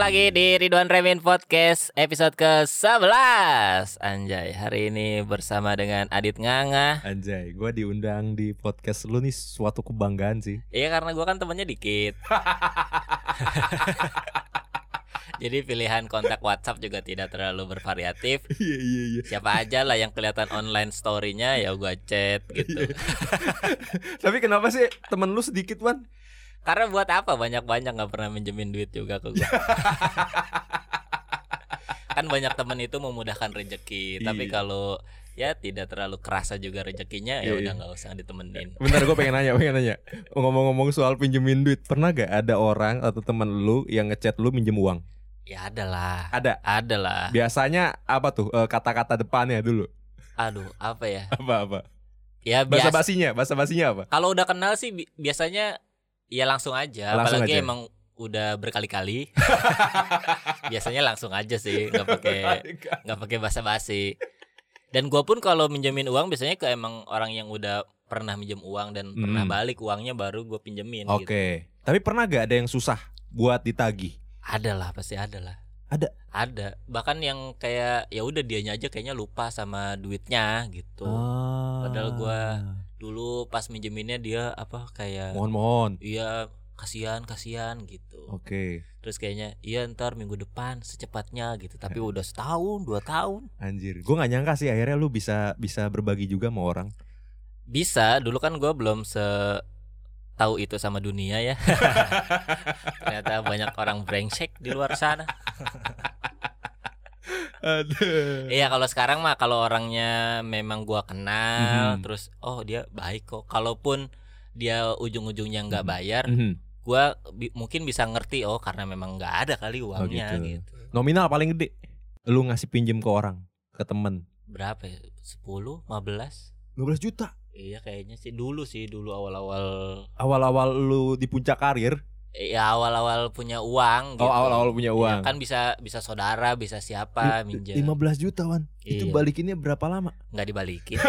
lagi di Ridwan Remin Podcast episode ke-11. Anjay, hari ini bersama dengan Adit Nganga. Anjay, gue diundang di podcast lu nih suatu kebanggaan sih. Iya, karena gue kan temennya dikit. Jadi pilihan kontak WhatsApp juga tidak terlalu bervariatif. Iya. Siapa aja lah yang kelihatan online story-nya ya gue chat gitu. Tapi kenapa sih temen lu sedikit, Wan? Karena buat apa banyak-banyak gak pernah minjemin duit juga ke gue. Kan banyak temen itu memudahkan rezeki. Tapi kalau ya tidak terlalu kerasa juga rezekinya, ya udah nggak usah ditemenin. Bentar, gue pengen nanya. Ngomong-ngomong soal pinjemin duit, pernah gak ada orang atau temen lu yang ngechat lu minjem uang? Ya ada lah. Ada lah. Biasanya apa tuh kata-kata depannya dulu? Aduh, apa ya? Apa? Ya bahasa basinya apa? Kalau udah kenal sih biasanya ya langsung aja. Apalagi emang udah berkali-kali. Biasanya langsung aja sih, nggak pakai basa-basi. Dan gue pun kalau minjemin uang biasanya ke emang orang yang udah pernah minjem uang dan pernah balik uangnya baru gue pinjemin. Oke. Tapi pernah gak ada yang susah buat ditagih? Ada lah, pasti ada lah. Ada. Bahkan yang kayak ya udah dianya aja kayaknya lupa sama duitnya gitu. Padahal gue dulu pas minjeminnya dia apa kayak mohon. Iya, kasihan gitu. Oke. Terus kayaknya iya ntar minggu depan secepatnya gitu. Tapi udah setahun 2 tahun. Anjir, gue nggak nyangka sih akhirnya lu bisa berbagi juga sama orang. Bisa, dulu kan gue belum tahu itu sama dunia ya. Ternyata banyak orang brengsek di luar sana. Aduh. Iya, kalau sekarang mah kalau orangnya memang gua kenal, terus oh dia baik kok. Kalaupun dia ujung-ujungnya nggak bayar, gua mungkin bisa ngerti karena memang nggak ada kali uangnya gitu. Nominal paling gede lu ngasih pinjem ke orang, ke temen berapa ya? 10, 15 juta. Iya kayaknya sih dulu awal lu di puncak karir. Ya awal-awal punya uang gitu. Awal-awal punya uang. Ya, kan bisa saudara, bisa siapa minjem. 15 juta, Wan. Iya. Itu balikinnya berapa lama? Nggak dibalikin.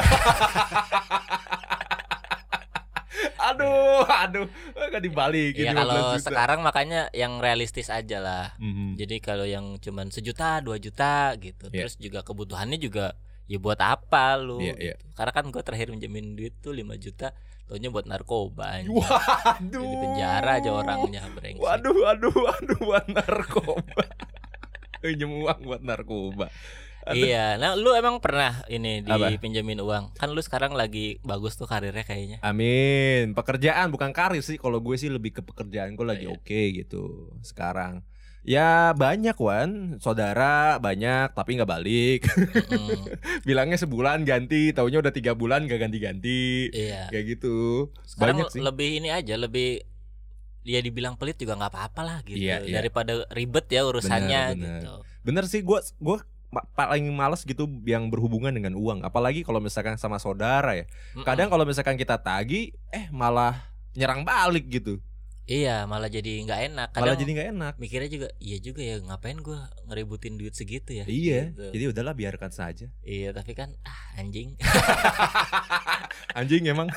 Aduh, nggak dibalikin. Ya kalau sekarang makanya yang realistis aja lah. Jadi kalau yang cuman 1 juta, 2 juta gitu. Terus juga kebutuhannya juga ya buat apa lu gitu. Karena kan gue terakhir minjemin duit tuh 5 juta, taunya buat narkoba. Waduh. Di penjara aja orangnya brengsek. Waduh buat narkoba. Pinjem uang buat narkoba. Iya, nah lu emang pernah ini dipinjemin uang? Kan lu sekarang lagi bagus tuh karirnya kayaknya. Amin. Pekerjaan bukan karir sih. Kalau gue sih lebih ke pekerjaan gue lagi oke gitu sekarang. Ya banyak, Wan, saudara banyak tapi nggak balik. Bilangnya sebulan ganti, taunya udah 3 bulan gak ganti-ganti. Iya. Kayak gitu. Sekarang banyak sih. Lebih ini aja, lebih dia dibilang pelit juga nggak apa-apa lah gitu. Iya. Daripada ribet ya urusannya bener. gitu. Bener sih, gue paling males gitu yang berhubungan dengan uang. Apalagi kalau misalkan sama saudara ya. Kadang kalau misalkan kita tagih, malah nyerang balik gitu. Iya, malah jadi nggak enak. Mikirnya juga, iya juga ya, ngapain gue ngeributin duit segitu ya? Iya, gitu. Jadi udahlah biarkan saja. Iya, tapi kan anjing. Anjing emang.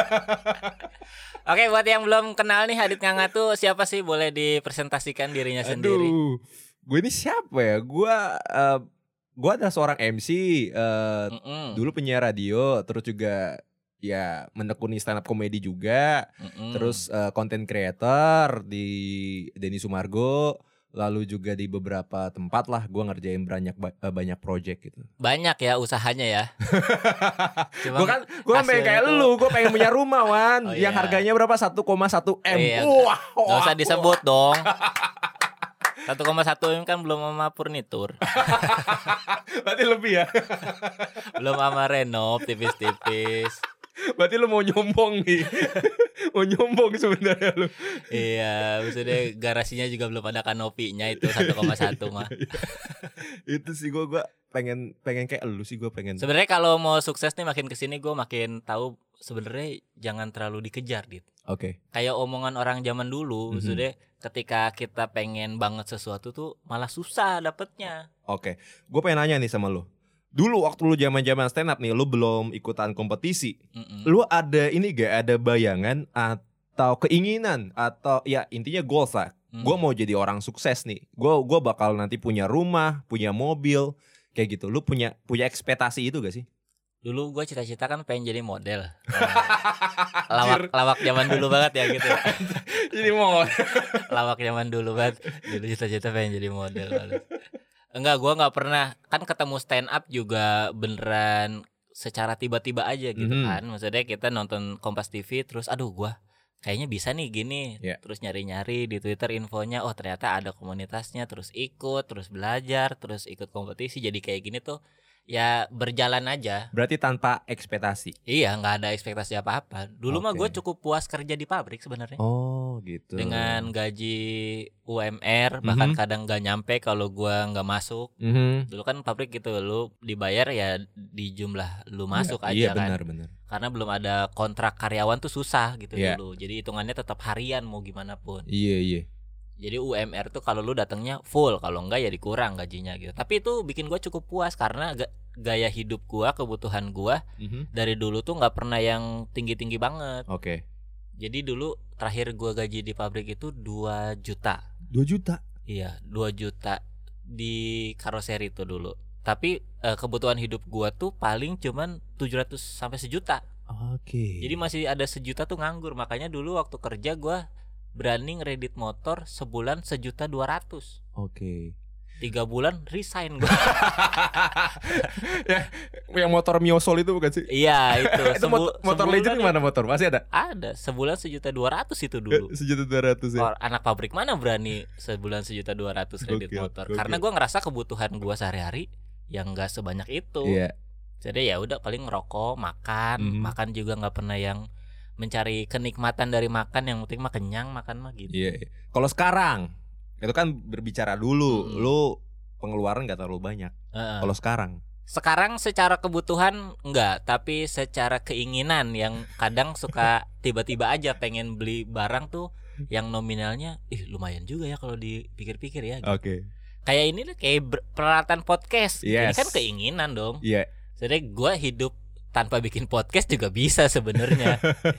Oke, buat yang belum kenal nih Adit Nganga tuh siapa sih? Boleh dipresentasikan dirinya sendiri. Gue ini siapa ya? Gue adalah seorang MC. Dulu penyiar radio, terus juga ya menekuni stand up comedy juga. Terus content creator di Denny Sumargo. Lalu juga di beberapa tempat lah gue ngerjain banyak project gitu. Banyak ya usahanya ya. Gue kan pengen kayak lu, gue pengen punya rumah, Wan. Yang harganya berapa? 1,1 M. Wah, gak usah disebut dong. 1,1 M kan belum sama furnitur. Berarti lebih ya. Belum sama renov tipis-tipis. Berarti lu mau nyombong nih. Mau nyombong sebenarnya lu. Iya, maksudnya garasinya juga belum ada kanopinya itu 1,1 mah. Itu sih gue pengen kayak lu sih, gue pengen. Sebenarnya kalau mau sukses nih makin kesini gue makin tahu sebenarnya jangan terlalu dikejar, Dit. Oke. Kayak omongan orang zaman dulu, maksudnya ketika kita pengen banget sesuatu tuh malah susah dapetnya. Oke. Gue pengen nanya nih sama lu. Dulu waktu lu zaman-zaman stand up nih, lu belum ikutan kompetisi. Lu ada ini gak, ada bayangan atau keinginan atau ya intinya goals lah Gue mau jadi orang sukses nih. Gue bakal nanti punya rumah, punya mobil, kayak gitu. Lu punya ekspektasi itu gak sih? Dulu gue cita-cita kan pengen jadi model. Lawak zaman dulu banget ya gitu. Jadi model. Lawak zaman dulu banget. Dulu cita-cita pengen jadi model. Enggak, gue nggak pernah. Kan ketemu stand up juga beneran secara tiba-tiba aja gitu kan. Maksudnya kita nonton Kompas TV terus aduh gue kayaknya bisa nih gini. Terus nyari-nyari di Twitter infonya, oh ternyata ada komunitasnya, terus ikut, terus belajar, terus ikut kompetisi. Jadi kayak gini tuh ya berjalan aja. Berarti tanpa ekspektasi? Iya, gak ada ekspektasi apa-apa. Dulu mah gue cukup puas kerja di pabrik sebenarnya. Oh gitu. Dengan gaji UMR, bahkan kadang gak nyampe kalau gue gak masuk. Dulu kan pabrik gitu, lu dibayar ya di jumlah lu masuk aja kan. Iya benar. Karena belum ada kontrak karyawan tuh susah gitu dulu. Jadi hitungannya tetap harian mau gimana pun. Iya. Jadi UMR tuh kalau lu datangnya full, kalau enggak ya dikurang gajinya gitu. Tapi itu bikin gue cukup puas karena gaya hidup gue, kebutuhan gue dari dulu tuh nggak pernah yang tinggi-tinggi banget. Oke. Jadi dulu terakhir gue gaji di pabrik itu 2 juta. 2 juta? Iya, 2 juta di karoseri itu dulu. Tapi kebutuhan hidup gue tuh paling cuman 700 sampai 1 juta. Oke. Jadi masih ada 1 juta tuh nganggur. Makanya dulu waktu kerja gue berani ngeredit motor sebulan 1.200.000. Oke. 3 bulan resign gue. Ya, yang motor Miosol itu bukan sih? Iya itu. Itu motor Legend gimana motor? Masih ada? Ada. Sebulan 1.200.000 itu dulu. 1.200.000 ya. Anak pabrik mana berani sebulan 1.200.000 kredit motor? Karena gue ngerasa kebutuhan gue sehari-hari yang nggak sebanyak itu. Iya. Jadi ya udah paling ngerokok, makan juga nggak pernah yang mencari kenikmatan dari makan, yang penting mah kenyang, makan mah gitu. Iya. Kalau sekarang itu kan berbicara dulu, lu pengeluaran nggak terlalu banyak. Kalau sekarang secara kebutuhan enggak, tapi secara keinginan yang kadang suka tiba-tiba aja pengen beli barang tuh yang nominalnya lumayan juga ya kalau dipikir-pikir ya. Gitu. Oke. Kayak ini lah, kayak peralatan podcast. Ini kan keinginan dong. Iya. Jadi gue hidup tanpa bikin podcast juga bisa sebenarnya.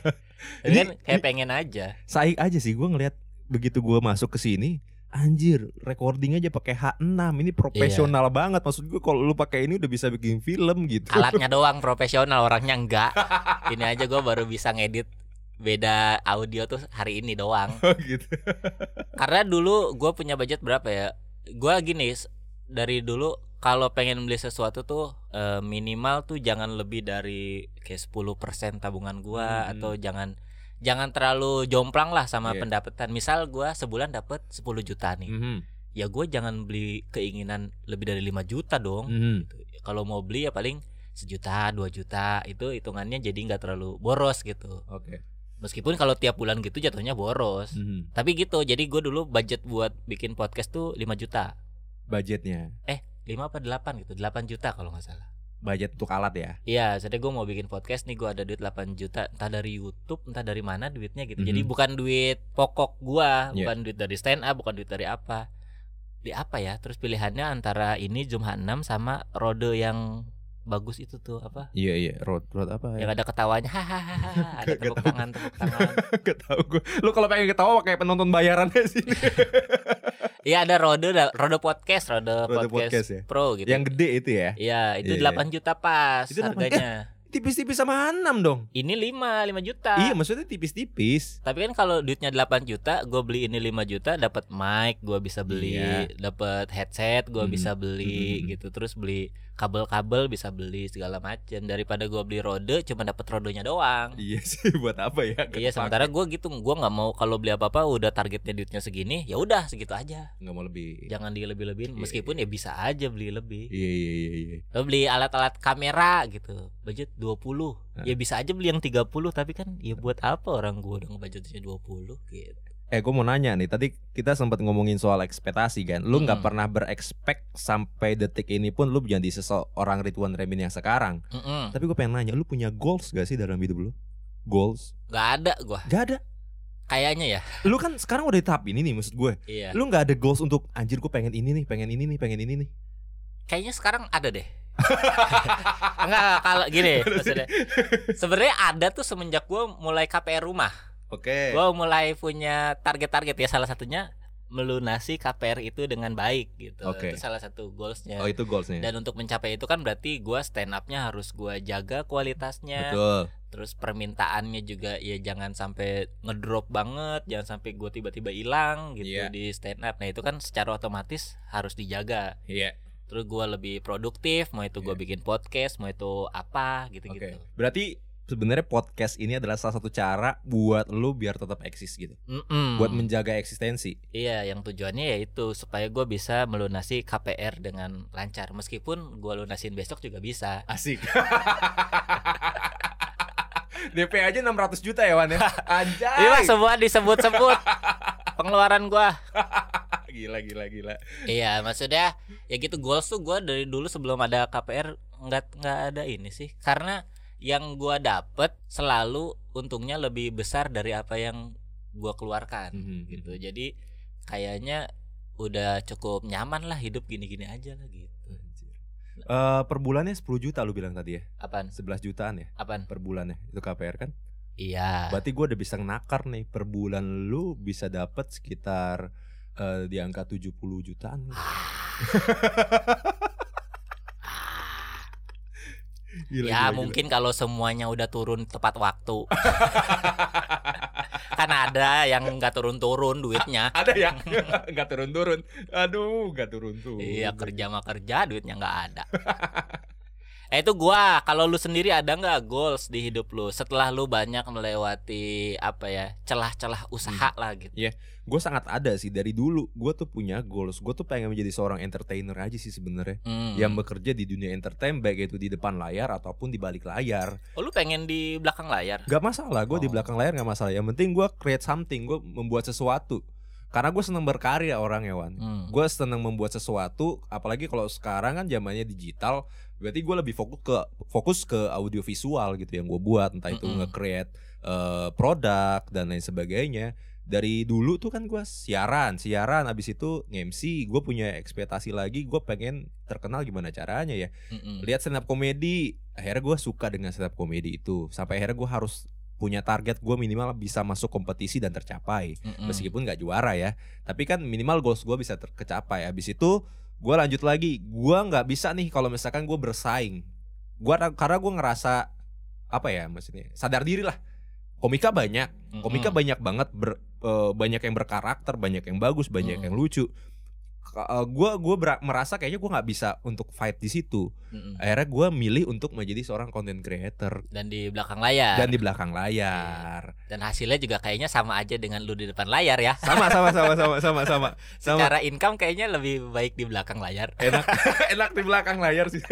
Kan kayak pengen aja. Saik aja sih gue ngelihat begitu gue masuk ke sini, anjir, recording aja pakai H6. Ini profesional banget. Maksud gue kalau lu pakai ini udah bisa bikin film gitu. Alatnya doang profesional, orangnya enggak. Ini aja gue baru bisa ngedit beda audio tuh hari ini doang. Gitu. Karena dulu gue punya budget berapa ya? Gue gini, dari dulu kalau pengen beli sesuatu tuh minimal tuh jangan lebih dari kayak 10% tabungan gua atau jangan terlalu jomplang lah sama pendapatan. Misal gua sebulan dapat 10 juta nih. Ya gua jangan beli keinginan lebih dari 5 juta dong. Gitu. Kalau mau beli ya paling 1 juta, 2 juta, itu hitungannya jadi enggak terlalu boros gitu. Oke. Meskipun kalau tiap bulan gitu jatuhnya boros. Tapi gitu. Jadi gua dulu budget buat bikin podcast tuh 5 juta. Budgetnya 5 apa 8 gitu, 8 juta kalau gak salah. Budget untuk alat ya? Iya, jadi gue mau bikin podcast nih, gue ada duit 8 juta. Entah dari YouTube, entah dari mana duitnya gitu. Jadi bukan duit pokok gue, bukan duit dari stand up, bukan duit dari apa. Di apa ya, terus pilihannya antara ini Zoom H6 sama Rode yang bagus itu tuh apa? Iya, Rode apa ya? Yang ada ketawanya, hahaha, ada tepuk tangan. Gak tau gue. Lu kalau pengen ketawa kayak penonton bayarannya sih. Iya ada Rode podcast ya? Pro gitu. Yang gede itu ya? Iya, itu 8 juta pas itu harganya. Tipis-tipis sama 6 dong. Ini 5 juta. Iya, maksudnya tipis-tipis. Tapi kan kalau duitnya 8 juta, gue beli ini 5 juta, dapat mic, gue bisa beli, dapat headset, gue bisa beli gitu. Terus beli kabel-kabel bisa beli segala macam, daripada gue beli Rode cuma dapat Rodenya doang. Iya sih, buat apa ya? Iya, sementara gue gitu, gue nggak mau kalau beli apa-apa udah targetnya duitnya segini, ya udah segitu aja. Nggak mau lebih. Jangan dilebih-lebihin, meskipun ya bisa aja beli lebih. Iya. Lo beli alat-alat kamera gitu, budget 20. Ya bisa aja beli yang 30, tapi kan ya buat apa orang gue udah ngebudgetnya 20 gitu. Gue mau nanya nih, tadi kita sempat ngomongin soal ekspektasi kan. Lu gak pernah berekspek sampai detik ini pun lu jadi seseorang Ridwan Remin yang sekarang. Tapi gue pengen nanya, lu punya goals gak sih dalam hidup lu? Goals? Gak ada gue. Gak ada? Kayaknya ya. Lu kan sekarang udah di tahap ini nih, maksud gue. Iya. Lu gak ada goals untuk anjir gue pengen ini nih, pengen ini nih. Kayaknya sekarang ada deh. Enggak, kalau gini maksudnya. Sebenarnya ada tuh semenjak gue mulai KPR rumah. Oke. Gue mulai punya target-target ya, salah satunya melunasi KPR itu dengan baik gitu. Itu salah satu goalsnya. Oh, itu goalsnya. Dan untuk mencapai itu kan berarti gue stand up-nya harus gue jaga kualitasnya. Betul. Terus permintaannya juga ya jangan sampai ngedrop banget, jangan sampai gue tiba-tiba hilang gitu di stand up. Nah itu kan secara otomatis harus dijaga. Iya. Terus gue lebih produktif, mau itu gue bikin podcast, mau itu apa gitu-gitu. Berarti sebenarnya podcast ini adalah salah satu cara buat lu biar tetap eksis gitu. Buat menjaga eksistensi. Iya, yang tujuannya yaitu supaya gue bisa melunasi KPR dengan lancar. Meskipun gue lunasin besok juga bisa. Asik. DP aja 600 juta ya Wan ya. Anjay. Iya, semua disebut-sebut pengeluaran gue. Gila. Iya, maksudnya ya gitu, goals tuh gue dari dulu sebelum ada KPR nggak ada ini sih. Karena yang gue dapet selalu untungnya lebih besar dari apa yang gue keluarkan gitu. Jadi kayaknya udah cukup nyaman lah hidup gini-gini aja lah gitu. Per bulannya 10 juta lu bilang tadi ya? Apaan? 11 jutaan ya? Apaan? Per bulannya itu KPR kan? Iya. Berarti gue udah bisa nakar nih, per bulan lu bisa dapet sekitar di angka 70 jutaan. Gila. Mungkin kalau semuanya udah turun tepat waktu. Kan ada yang nggak turun-turun duitnya. Ada ya? Nggak turun-turun. Aduh, nggak turun-turun. Iya, kerja mah kerja, duitnya nggak ada. Itu gua. Kalau lu sendiri ada nggak goals di hidup lu setelah lu banyak melewati celah-celah usaha lah gitu? Iya, gue sangat ada sih dari dulu. Gue tuh punya goals. Gue tuh pengen menjadi seorang entertainer aja sih sebenarnya, yang bekerja di dunia entertain, baik itu di depan layar ataupun di balik layar. Oh, lu pengen di belakang layar? Gak masalah, gue di belakang layar gak masalah. Yang penting gue create something, gue membuat sesuatu. Karena gue seneng berkarya orangnya Wan. Gue seneng membuat sesuatu. Apalagi kalau sekarang kan zamannya digital. Berarti gue lebih fokus ke audiovisual gitu yang gue buat. Entah itu nge-create produk dan lain sebagainya. Dari dulu tuh kan gue siaran. Abis itu nge-MC. Gue punya ekspektasi lagi, gue pengen terkenal gimana caranya ya. Lihat stand up komedi. Akhirnya gue suka dengan stand up komedi itu. Sampai akhirnya gue harus punya target, gue minimal bisa masuk kompetisi dan tercapai. Meskipun gak juara ya, tapi kan minimal goals gue bisa tercapai. Habis itu gue lanjut lagi. Gue gak bisa nih kalau misalkan gue bersaing. Karena gue ngerasa maksudnya sadar diri lah. Komika banyak banget, banyak yang berkarakter, banyak yang bagus, banyak yang lucu. Gue merasa kayaknya gue nggak bisa untuk fight di situ. Akhirnya gue milih untuk menjadi seorang content creator dan di belakang layar. Iya. Dan hasilnya juga kayaknya sama aja dengan lu di depan layar ya. Sama. Secara income kayaknya lebih baik di belakang layar. Enak di belakang layar sih.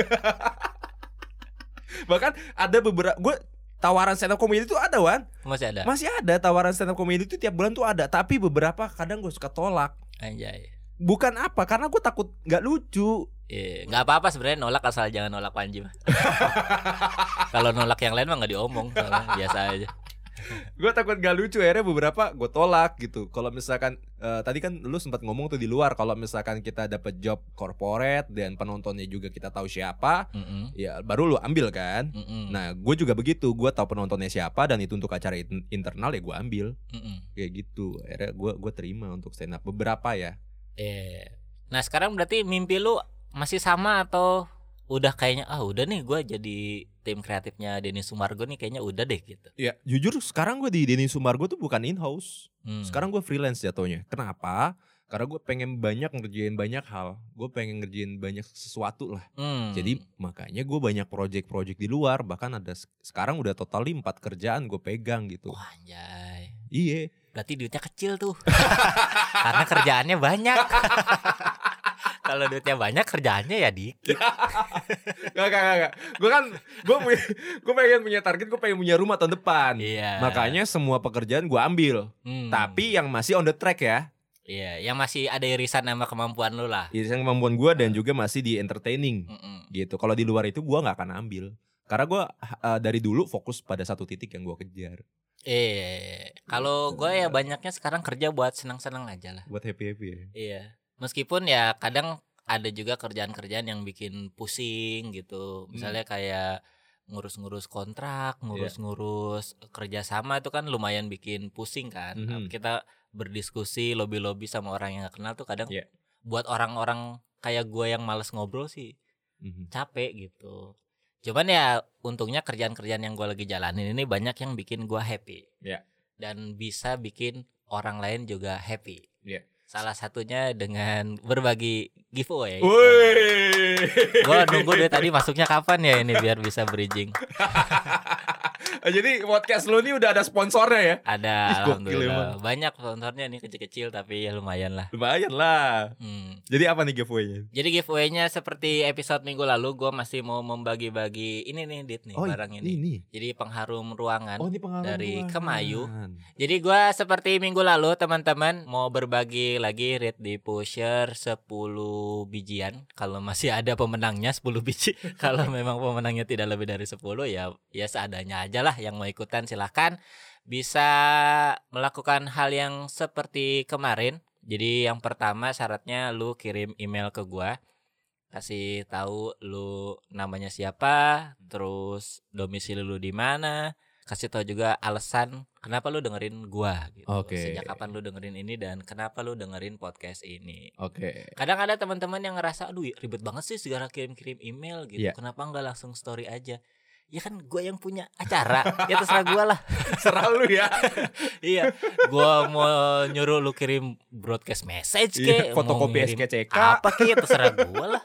Bahkan ada beberapa tawaran stand up comedy itu ada Wan. Masih ada tawaran stand up comedy itu tiap bulan tuh ada. Tapi beberapa kadang gue suka tolak. Anjay. Bukan karena gue takut gak lucu. Gak apa-apa sebenarnya nolak, asal jangan nolak Panji. Kalau nolak yang lain mah gak diomong, biasa aja. Gue takut gak lucu, akhirnya beberapa gue tolak gitu. Kalau misalkan tadi kan lu sempat ngomong tuh di luar, kalau misalkan kita dapat job corporate dan penontonnya juga kita tahu siapa, ya baru lu ambil kan. Nah gue juga begitu, gue tahu penontonnya siapa dan itu untuk acara internal ya gue ambil. Kayak gitu. Akhirnya gue terima untuk stand up beberapa ya. Nah sekarang berarti mimpi lu masih sama atau udah kayaknya udah nih gue jadi tim kreatifnya Denny Sumargo nih kayaknya udah deh gitu? Ya jujur sekarang gue di Denny Sumargo tuh bukan in-house. Sekarang gue freelance jatuhnya. Kenapa? Karena gue pengen ngerjain banyak hal. Gue pengen ngerjain banyak sesuatu lah. Jadi makanya gue banyak project-project di luar. Bahkan ada sekarang udah total 4 kerjaan gue pegang gitu. Wah anjay. Iya. Berarti duitnya kecil tuh. Karena kerjaannya banyak. Kalau duitnya banyak kerjaannya ya dikit. Gak. Gue pengen punya target, gue pengen punya rumah tahun depan. Makanya semua pekerjaan gue ambil. Tapi yang masih on the track ya. Iya, yang masih ada irisan sama kemampuan lu lah. Irisan kemampuan gue dan juga masih di entertaining. Gitu. Kalau di luar itu gue gak akan ambil. Karena gue dari dulu fokus pada satu titik yang gue kejar. Kalau gue ya banyaknya sekarang kerja buat senang-senang aja lah. Buat happy-happy ya. Iya. Meskipun ya kadang ada juga kerjaan-kerjaan yang bikin pusing gitu. Misalnya kayak ngurus-ngurus kontrak, ngurus-ngurus kerjasama itu kan lumayan bikin pusing kan. Kita berdiskusi, lobby sama orang yang gak kenal tuh kadang buat orang-orang kayak gue yang males ngobrol sih capek gitu. Cuman ya untungnya kerjaan-kerjaan yang gue lagi jalanin ini banyak yang bikin gue happy dan bisa bikin orang lain juga happy. Salah satunya dengan berbagi giveaway. Gue nunggu dari tadi masuknya kapan ya ini biar bisa bridging. Jadi podcast lu ini udah ada sponsornya ya? Ada, alhamdulillah. Banyak sponsornya nih, kecil-kecil tapi ya lumayan lah. Jadi apa nih giveaway-nya? Jadi giveaway-nya seperti episode minggu lalu, gue masih mau membagi-bagi ini nih Dit nih, barang ini. Jadi pengharum ruangan dari Kemayu. Jadi gue seperti minggu lalu teman-teman mau berbagi lagi Read Diffuser 10 bijian. Kalau masih ada pemenangnya 10 biji. Kalau memang pemenangnya tidak lebih dari 10 ya seadanya aja lah. Yang mau ikutan silahkan bisa melakukan hal yang seperti kemarin. Jadi yang pertama syaratnya lu kirim email ke gua, kasih tahu lu namanya siapa, terus domisili lu di mana, kasih tahu juga alasan kenapa lu dengerin gua gitu. Sejak kapan lu dengerin ini dan kenapa lu dengerin podcast ini. Kadang ada teman-teman yang ngerasa aduh ribet banget sih segala kirim-kirim email gitu. Kenapa enggak langsung story aja? Ya kan gue yang punya acara. Ya terserah gue lah. Serah lu ya. Iya. Gue mau nyuruh lu kirim broadcast message ke, fotokopi SKCK apa ke, terserah gue lah.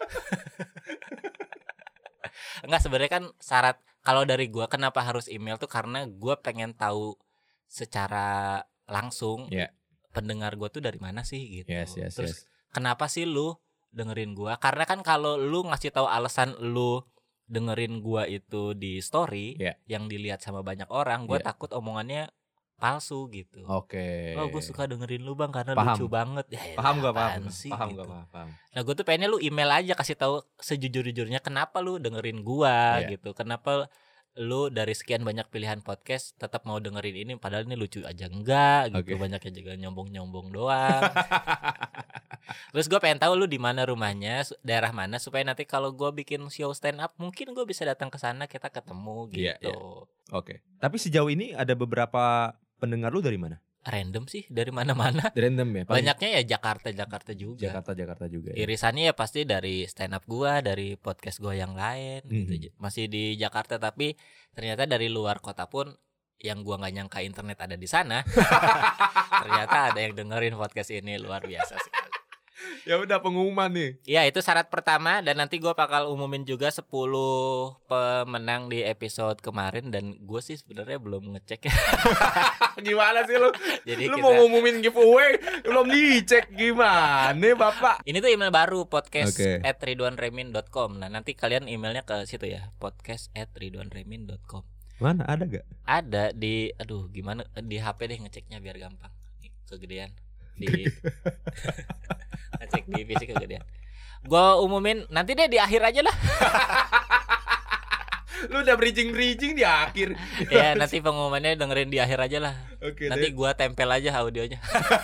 Enggak, sebenarnya kan syarat kalau dari gue kenapa harus email tuh karena gue pengen tahu secara langsung pendengar gue tuh dari mana sih gitu. Terus kenapa sih lu dengerin gue? Karena kan kalau lu ngasih tahu alasan lu dengerin gua itu di story yang dilihat sama banyak orang, gua takut omongannya palsu gitu. Oh, gua suka dengerin lu Bang karena lucu banget. Paham. Nah, gua tuh pengennya lu email aja kasih tahu sejujur-jujurnya kenapa lu dengerin gua gitu. Kenapa lu dari sekian banyak pilihan podcast tetap mau dengerin ini padahal ini lucu aja enggak gitu. Banyaknya juga nyombong-nyombong doang. Terus gue pengen tahu lu di mana rumahnya, daerah mana supaya nanti kalau gue bikin show stand up mungkin gue bisa datang ke sana, kita ketemu gitu. Tapi sejauh ini ada beberapa pendengar lu dari mana? Random sih, dari mana-mana. Random ya. Banyaknya ya Jakarta juga. Jakarta juga. Irisannya ya pasti dari stand up gue, dari podcast gue yang lain gitu. Masih di Jakarta tapi ternyata dari luar kota pun yang gua nggak nyangka internet ada di sana. Ternyata ada yang dengerin podcast ini, luar biasa sekali. Ya udah pengumuman nih. Ya itu syarat pertama dan nanti gue bakal umumin juga 10 pemenang di episode kemarin dan gue sih sebenarnya belum ngecek ya. Gimana sih lu? Jadi lu mau ngumumin giveaway belum dicek gimana Bapak? Ini tuh email baru podcast@ridwanremin.com. Nah nanti kalian emailnya ke situ ya, podcast@ridwanremin.com. Mana ada gak? Ada di gimana di HP deh ngeceknya biar gampang. Nih, kegedean di ngecek di PC kegedean. Gua umumin nanti deh di akhir aja lah. Lu udah bridging di akhir. Ya nanti pengumumannya dengerin di akhir aja lah. Nanti gua tempel aja audionya.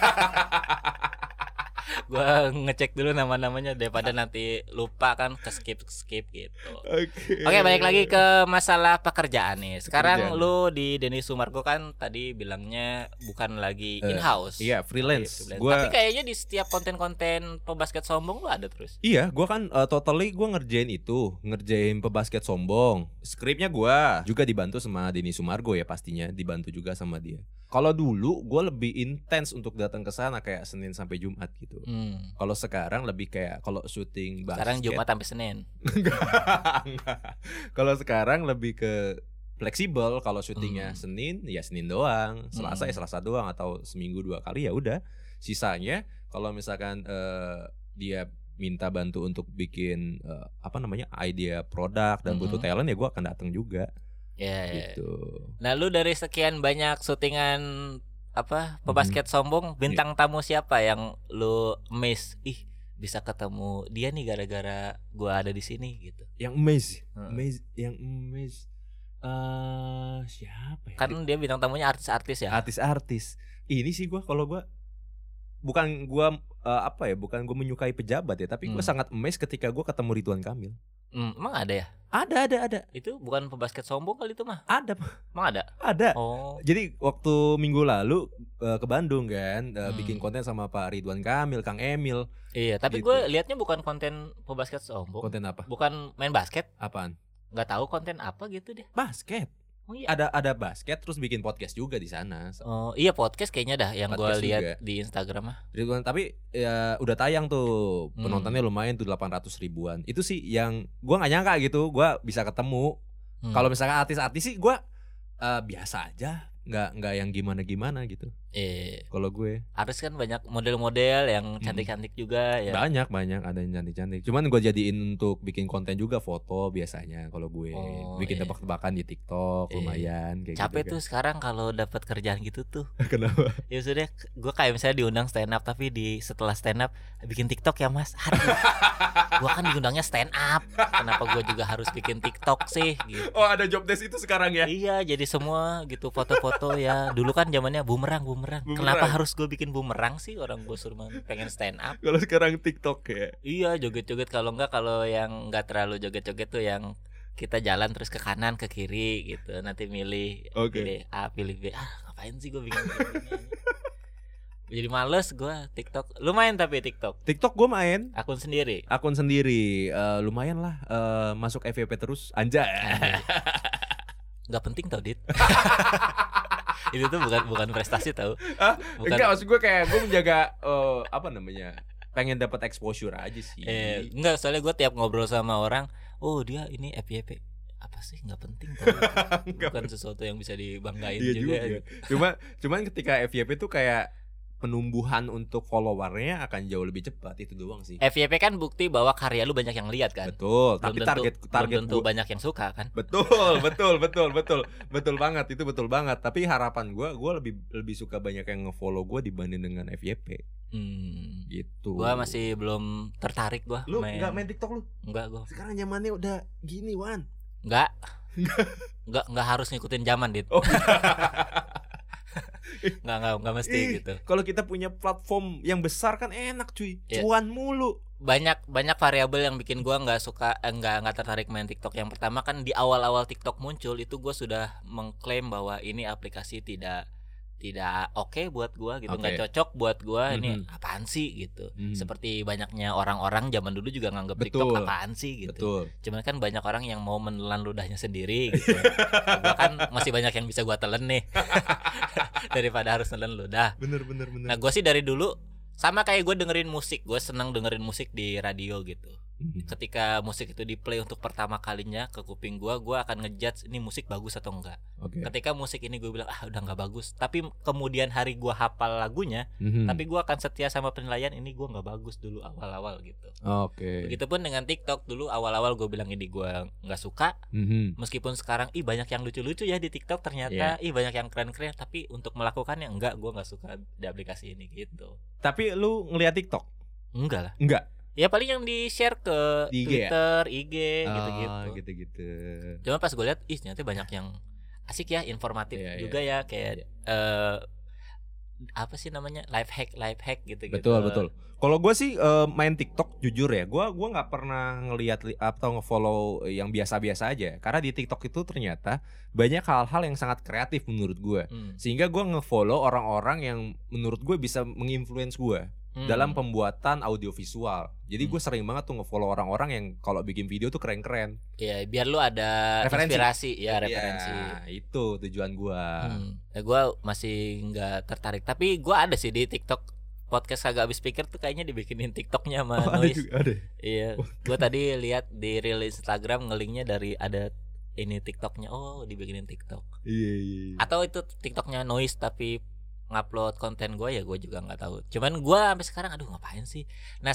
Gua ngecek dulu nama-namanya daripada nanti lupa kan ke skip gitu. Oke, balik lagi ke masalah pekerjaan nih. Sekarang lu di Denny Sumargo kan tadi bilangnya bukan lagi in-house. Iya, freelance. Tapi kayaknya di setiap konten-konten pebasket sombong lu ada terus. Iya, gua kan totally gua ngerjain pebasket sombong. Skripnya gua juga dibantu sama Denny Sumargo ya pastinya, dibantu juga sama dia. Kalau dulu gue lebih intens untuk datang ke sana kayak Senin sampai Jumat gitu. Kalau sekarang lebih kayak kalau syuting basket. Sekarang Jumat sampai Senin. Enggak. Kalau sekarang lebih ke fleksibel. Kalau syutingnya Senin ya Senin doang, Selasa ya Selasa doang atau seminggu 2 kali ya udah. Sisanya kalau misalkan dia minta bantu untuk bikin idea produk dan butuh talent ya gue akan datang juga. Gitu. Nah lu dari sekian banyak syutingan pebasket sombong, bintang tamu siapa yang lu miss? Bisa ketemu dia nih gara-gara gua ada di sini gitu. Yang miss siapa ya? Kan dia bintang tamunya artis-artis ya. Artis-artis. Ini sih bukan gua menyukai pejabat ya, tapi gua sangat amazed ketika gua ketemu Ridwan Kamil. Emang ada ya? Ada. Itu bukan pebasket sombong kali itu mah? Ada. Emang ada? Ada. Oh. Jadi waktu minggu lalu ke Bandung kan, bikin konten sama Pak Ridwan Kamil, Kang Emil. Iya, tapi gitu. gue liatnya bukan konten pebasket sombong. Konten apa? Bukan main basket. Apaan? Nggak tahu konten apa gitu deh. Basket. Oh iya. Ada basket terus bikin podcast juga di sana. Oh iya, podcast kayaknya dah yang gue lihat di Instagram mah. Ridwan, tapi ya udah tayang tuh, penontonnya lumayan tuh 800 ribuan. Itu sih yang gue nggak nyangka gitu, gue bisa ketemu. Kalau misalkan artis-artis sih gue biasa aja, nggak yang gimana gitu. Kalau gue artis kan banyak model-model yang cantik-cantik juga ya. Banyak ada yang cantik-cantik. Cuman gue jadiin untuk bikin konten juga, foto biasanya kalau gue. Bikin tebak-tebakan di TikTok lumayan kayak capek gitu, tuh sekarang kalau dapat kerjaan gitu tuh. Kenapa? Ya sudah, gue kayak misalnya diundang stand up tapi setelah stand up bikin TikTok ya Mas. Aduh. Gue kan diundangnya stand up. Kenapa gue juga harus bikin TikTok sih gitu. Oh, ada job desk itu sekarang ya? Iya, jadi semua gitu foto-foto ya. Dulu kan zamannya bumerang. Kenapa harus gue bikin bumerang sih? Orang gue suruh pengen stand up. Kalau sekarang TikTok ya? Iya, joget-joget. Kalau yang nggak terlalu joget-joget tuh yang kita jalan terus ke kanan ke kiri gitu. Nanti milih pilih A pilih B. Ngapain sih gue bikin gitu? Jadi males gue TikTok. Lumayan tapi TikTok gue main akun sendiri. Lumayan lah, masuk FYP terus. Anjay. Gak penting tau Dit. Itu tuh bukan prestasi tau. Enggak, maksud gue kayak gue menjaga pengen dapat exposure aja sih. Enggak, soalnya gue tiap ngobrol sama orang, oh dia ini FYP, apa sih, nggak penting tau. Bukan sesuatu yang bisa dibanggain juga. Cuman ketika FYP tuh kayak penumbuhan untuk followernya akan jauh lebih cepat, itu doang sih. FYP kan bukti bahwa karya lu banyak yang lihat kan. Betul. Tapi target tentu banyak yang suka kan. Betul banget, itu betul banget. Tapi harapan gue lebih suka banyak yang nge-follow gue dibanding dengan FYP. Gitu. Gue masih belum tertarik gue. Lu nggak main TikTok lu? Enggak gue. Sekarang zamannya udah gini, Wan. Enggak harus ngikutin zaman, Dit. Nggak mesti gitu. Kalau kita punya platform yang besar kan enak cuy, cuan mulu. Banyak variabel yang bikin gue nggak suka, nggak tertarik main TikTok. Yang pertama kan di awal TikTok muncul itu gue sudah mengklaim bahwa ini aplikasi tidak oke buat gue gitu, nggak cocok buat gue. Ini apaan sih gitu. Seperti banyaknya orang-orang zaman dulu juga nganggap TikTok apaan sih gitu. Betul. Cuman kan banyak orang yang mau menelan ludahnya sendiri gitu. Gue kan masih banyak yang bisa gue telan nih daripada harus nelan ludah. Bener. Nah gue sih dari dulu sama kayak gue dengerin musik, gue senang dengerin musik di radio gitu. Ketika musik itu di play untuk pertama kalinya ke kuping gue akan ngejudge ini musik bagus atau enggak. Ketika musik ini gue bilang udah nggak bagus, tapi kemudian hari gue hafal lagunya, tapi gue akan setia sama penilaian ini gue nggak bagus dulu awal-awal gitu. Begitupun dengan TikTok, dulu awal-awal gue bilang ini gue nggak suka, meskipun sekarang banyak yang lucu-lucu ya di TikTok ternyata, banyak yang keren-keren, tapi untuk melakukannya enggak, gue nggak suka di aplikasi ini gitu. Tapi lu ngeliat TikTok? Enggak lah. Enggak. Ya paling yang di-share ke IG Twitter, ya? IG gitu-gitu. Cuma pas gue lihat ternyata banyak yang asik ya, informatif juga ya, kayak apa sih namanya, life hack gitu. Betul. Kalau gue sih main TikTok jujur ya, gue nggak pernah ngelihat atau ngefollow yang biasa-biasa aja, karena di TikTok itu ternyata banyak hal-hal yang sangat kreatif menurut gue, sehingga gue ngefollow orang-orang yang menurut gue bisa menginfluence gue dalam pembuatan audiovisual. Jadi gue sering banget tuh ngefollow orang-orang yang kalau bikin video tuh keren-keren. Iya, biar lu ada referensi. Referensi. Itu tujuan gue. Gue masih nggak tertarik. Tapi gue ada sih di TikTok, podcast Kagak Habis Pikir tuh kayaknya dibikinin TikToknya sama Noise. Ada. Iya. Gue tadi lihat di reel Instagram ngelinknya dari ada ini TikToknya. Oh, dibikinin TikTok. Iya. Atau itu TikToknya Noise tapi ngupload konten gue, ya gue juga nggak tahu. Cuman gue sampai sekarang ngapain sih. Nah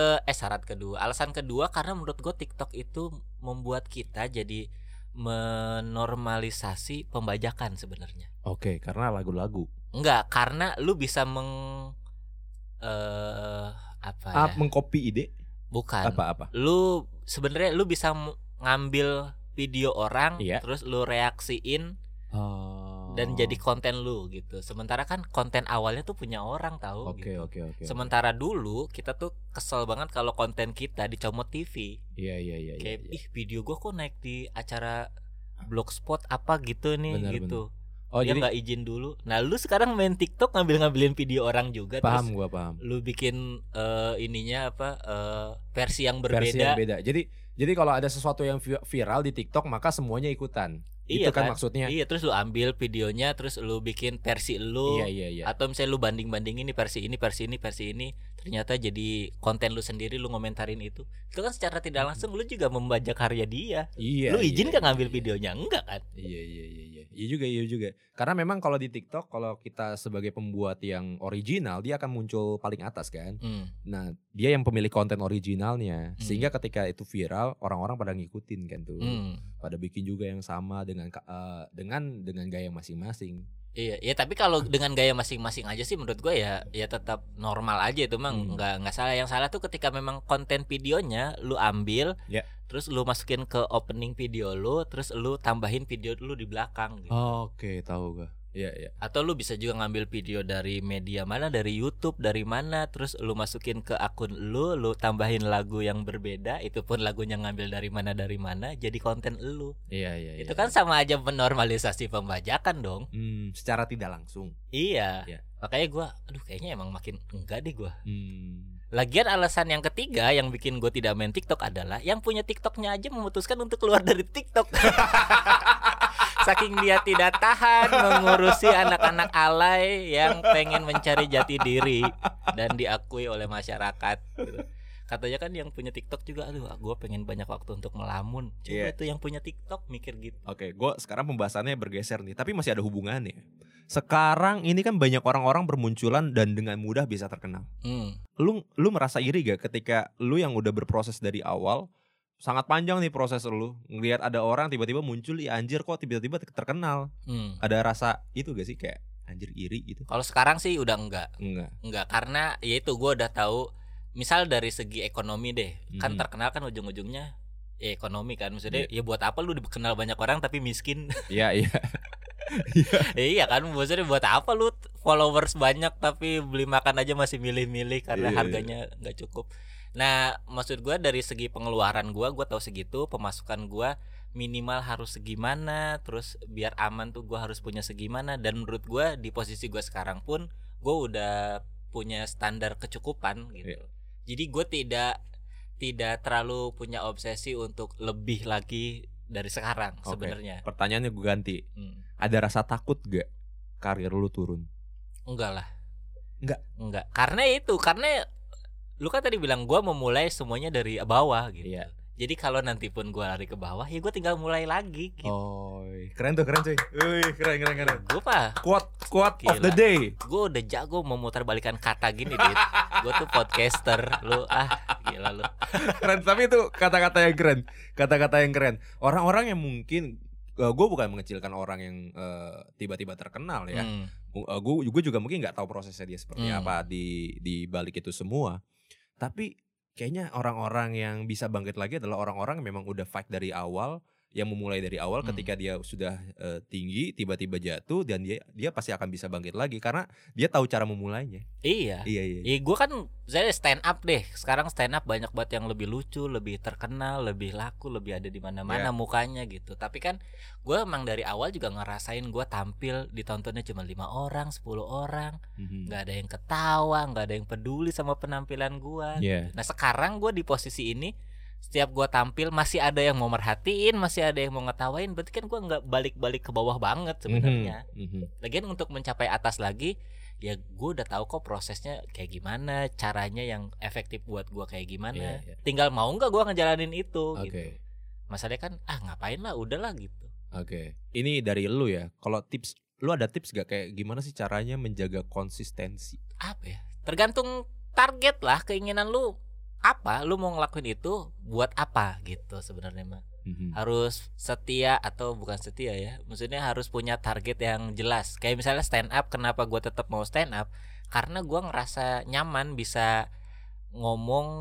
alasan kedua karena menurut gue TikTok itu membuat kita jadi menormalisasi pembajakan sebenarnya. Karena lagu-lagu. Enggak, karena lu bisa mengcopy ide. Bukan. Apa? Lu sebenarnya lu bisa ngambil video orang, terus lu reaksiin. dan jadi konten lu gitu. Sementara kan konten awalnya tuh punya orang tahu gitu. Sementara dulu kita tuh kesel banget kalau konten kita dicomot TV. Iya. Kayak video gua kok naik di acara Blogspot apa gitu nih gitu. Dia nggak izin dulu. Nah lu sekarang main TikTok ngambilin video orang juga. Paham. Lu bikin ininya apa versi yang berbeda. Versi yang beda. Jadi kalau ada sesuatu yang viral di TikTok maka semuanya ikutan. Iya itu kan maksudnya. Iya, terus lu ambil videonya, terus lu bikin versi lu. Iya. Atau misalnya lu banding-bandingin nih versi ini, ternyata jadi konten lu sendiri, lu ngomentarin itu. Itu kan secara tidak langsung lu juga membajak karya dia. Iya. Lu izin kan ngambil videonya? Enggak kan? Iya. Iya juga. Karena memang kalau di TikTok kalau kita sebagai pembuat yang original, dia akan muncul paling atas kan. Nah, dia yang pemilik konten originalnya. Sehingga ketika itu viral, orang-orang pada ngikutin kan tuh. Pada bikin juga yang sama dengan gaya masing-masing. Iya, tapi kalau dengan gaya masing-masing aja sih menurut gue ya tetap normal aja itu memang nggak salah. Yang salah tuh ketika memang konten videonya lu ambil, terus lu masukin ke opening video lu, terus lu tambahin video lu di belakang. Gitu. Oke, tahu gue. Iya. Atau lu bisa juga ngambil video dari media mana, dari YouTube, dari mana, terus lu masukin ke akun lu tambahin lagu yang berbeda, itu pun lagunya ngambil dari mana, jadi konten lu. Iya. Itu kan sama aja menormalisasi pembajakan dong. Secara tidak langsung. Iya. Makanya gue, kayaknya emang makin enggak deh gue. Lagian alasan yang ketiga yang bikin gue tidak main TikTok adalah yang punya TikToknya aja memutuskan untuk keluar dari TikTok. Saking dia tidak tahan mengurusi anak-anak alay yang pengen mencari jati diri dan diakui oleh masyarakat gitu. Katanya kan yang punya TikTok juga, gue pengen banyak waktu untuk melamun. Coba tuh yang punya TikTok mikir gitu. Oke, gue sekarang pembahasannya bergeser nih, tapi masih ada hubungannya. Sekarang ini kan banyak orang-orang bermunculan dan dengan mudah bisa terkenal. Lu merasa iri gak ketika lu yang udah berproses dari awal, sangat panjang nih proses lu, ngelihat ada orang tiba-tiba muncul, anjir kok tiba-tiba terkenal. Ada rasa itu gak sih kayak anjir iri gitu? Kalau sekarang sih udah enggak karena ya itu gue udah tahu. Misal dari segi ekonomi deh, kan terkenal kan ujung-ujungnya ekonomi kan, maksudnya ya buat apa lu dikenal banyak orang tapi miskin? Iya. Iya kan, maksudnya buat apa lu followers banyak tapi beli makan aja masih milih-milih karena harganya nggak cukup. Nah maksud gue dari segi pengeluaran gue tahu segitu, pemasukan gue minimal harus segimana, terus biar aman tuh gue harus punya segimana. Dan menurut gue di posisi gue sekarang pun gue udah punya standar kecukupan gitu. Jadi gue tidak terlalu punya obsesi untuk lebih lagi dari sekarang sebenarnya. Pertanyaannya gue ganti. Ada rasa takut gak karir lu turun? Enggak lah. Enggak. Karena lu kan tadi bilang gue memulai semuanya dari bawah gitu. Iya. Jadi kalau nanti pun gue lari ke bawah, ya gue tinggal mulai lagi gitu. Keren cuy. Keren. Gue Quote of the day. Gue udah jago memutar balikan kata gini, Dit. Gue tuh podcaster. Lu gila lu. Keren, tapi itu kata-kata yang keren. Kata-kata yang keren. Orang-orang yang mungkin gue bukan mengecilkan orang yang tiba-tiba terkenal ya. Gue juga mungkin nggak tahu prosesnya dia seperti apa di balik itu semua. Tapi kayaknya orang-orang yang bisa bangkit lagi adalah orang-orang yang memang udah fight dari awal, yang memulai dari awal. Ketika dia sudah tinggi tiba-tiba jatuh, dan dia pasti akan bisa bangkit lagi karena dia tahu cara memulainya. Iya. Gue kan saya stand up deh. Sekarang stand up banyak banget yang lebih lucu, lebih terkenal, lebih laku, lebih ada di mana-mana mukanya gitu. Tapi kan gue emang dari awal juga ngerasain gue tampil ditontonnya cuma 5 orang, 10 orang, nggak ada yang ketawa, nggak ada yang peduli sama penampilan gue. Nah sekarang gue di posisi ini, setiap gue tampil masih ada yang mau merhatiin, masih ada yang mau ngetawain. Berarti kan gue nggak balik-balik ke bawah banget sebenarnya. Lagian untuk mencapai atas lagi, ya gue udah tahu kok prosesnya kayak gimana, caranya yang efektif buat gue kayak gimana. Tinggal mau nggak gue ngejalanin itu gitu. Masalahnya kan ngapain lah, udahlah gitu. Ini dari lu ya. Kalau tips, lu ada tips gak kayak gimana sih caranya menjaga konsistensi? Apa ya? Tergantung target lah, keinginan lu apa, lu mau ngelakuin itu buat apa gitu sebenarnya mah. Harus setia atau bukan setia ya, maksudnya harus punya target yang jelas. Kayak misalnya stand up, kenapa gue tetap mau stand up? Karena gue ngerasa nyaman bisa ngomong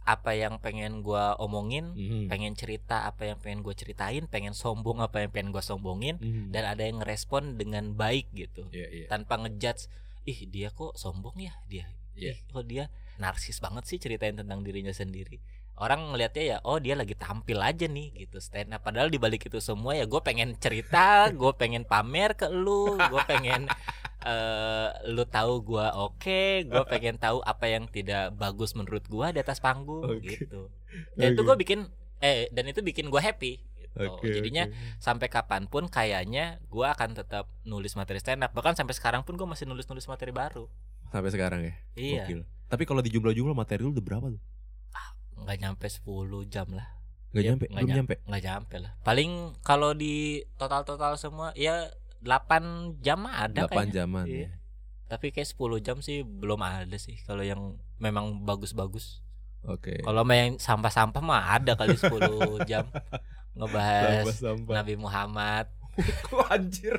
apa yang pengen gue omongin, pengen cerita apa yang pengen gue ceritain, pengen sombong apa yang pengen gue sombongin, dan ada yang ngerespon dengan baik gitu, tanpa ngejudge, ih dia kok sombong ya, ih kok dia narsis banget sih ceritain tentang dirinya sendiri. Orang ngelihatnya ya, oh dia lagi tampil aja nih gitu, stand up. Padahal dibalik itu semua ya gue pengen cerita, gue pengen pamer ke lu, gue pengen lu tahu gue gue pengen tahu apa yang tidak bagus menurut gue di atas panggung gitu. Dan itu gue bikin dan itu bikin gue happy gitu. Jadinya sampai kapanpun kayaknya gue akan tetap nulis materi stand up. Bahkan sampai sekarang pun gue masih nulis materi baru. Sampai sekarang ya? Iya. Gokil. Tapi kalau dijumlah-jumlah materi lu udah berapa tuh? Nggak nyampe 10 jam lah. Nggak nyampe? Nggak nyampe lah. Paling kalau di total semua ya 8 jam ada 8 kayaknya. jaman iya. Tapi kayak 10 jam sih belum ada sih kalau yang memang bagus-bagus. Kalau main sampah-sampah mah ada kali 10 jam ngebahas Nabi Muhammad. Anjir.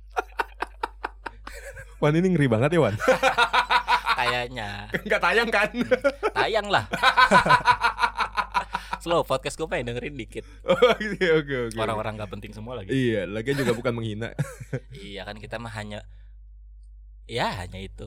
Wan ini ngeri banget ya Wan. Kayaknya. Enggak tayang kan? Tayang lah. Slow podcast gue pengen dengerin dikit. Oke. Orang-orang gak penting semua lagi. Iya, lagian juga bukan menghina. Iya kan kita mah hanya itu.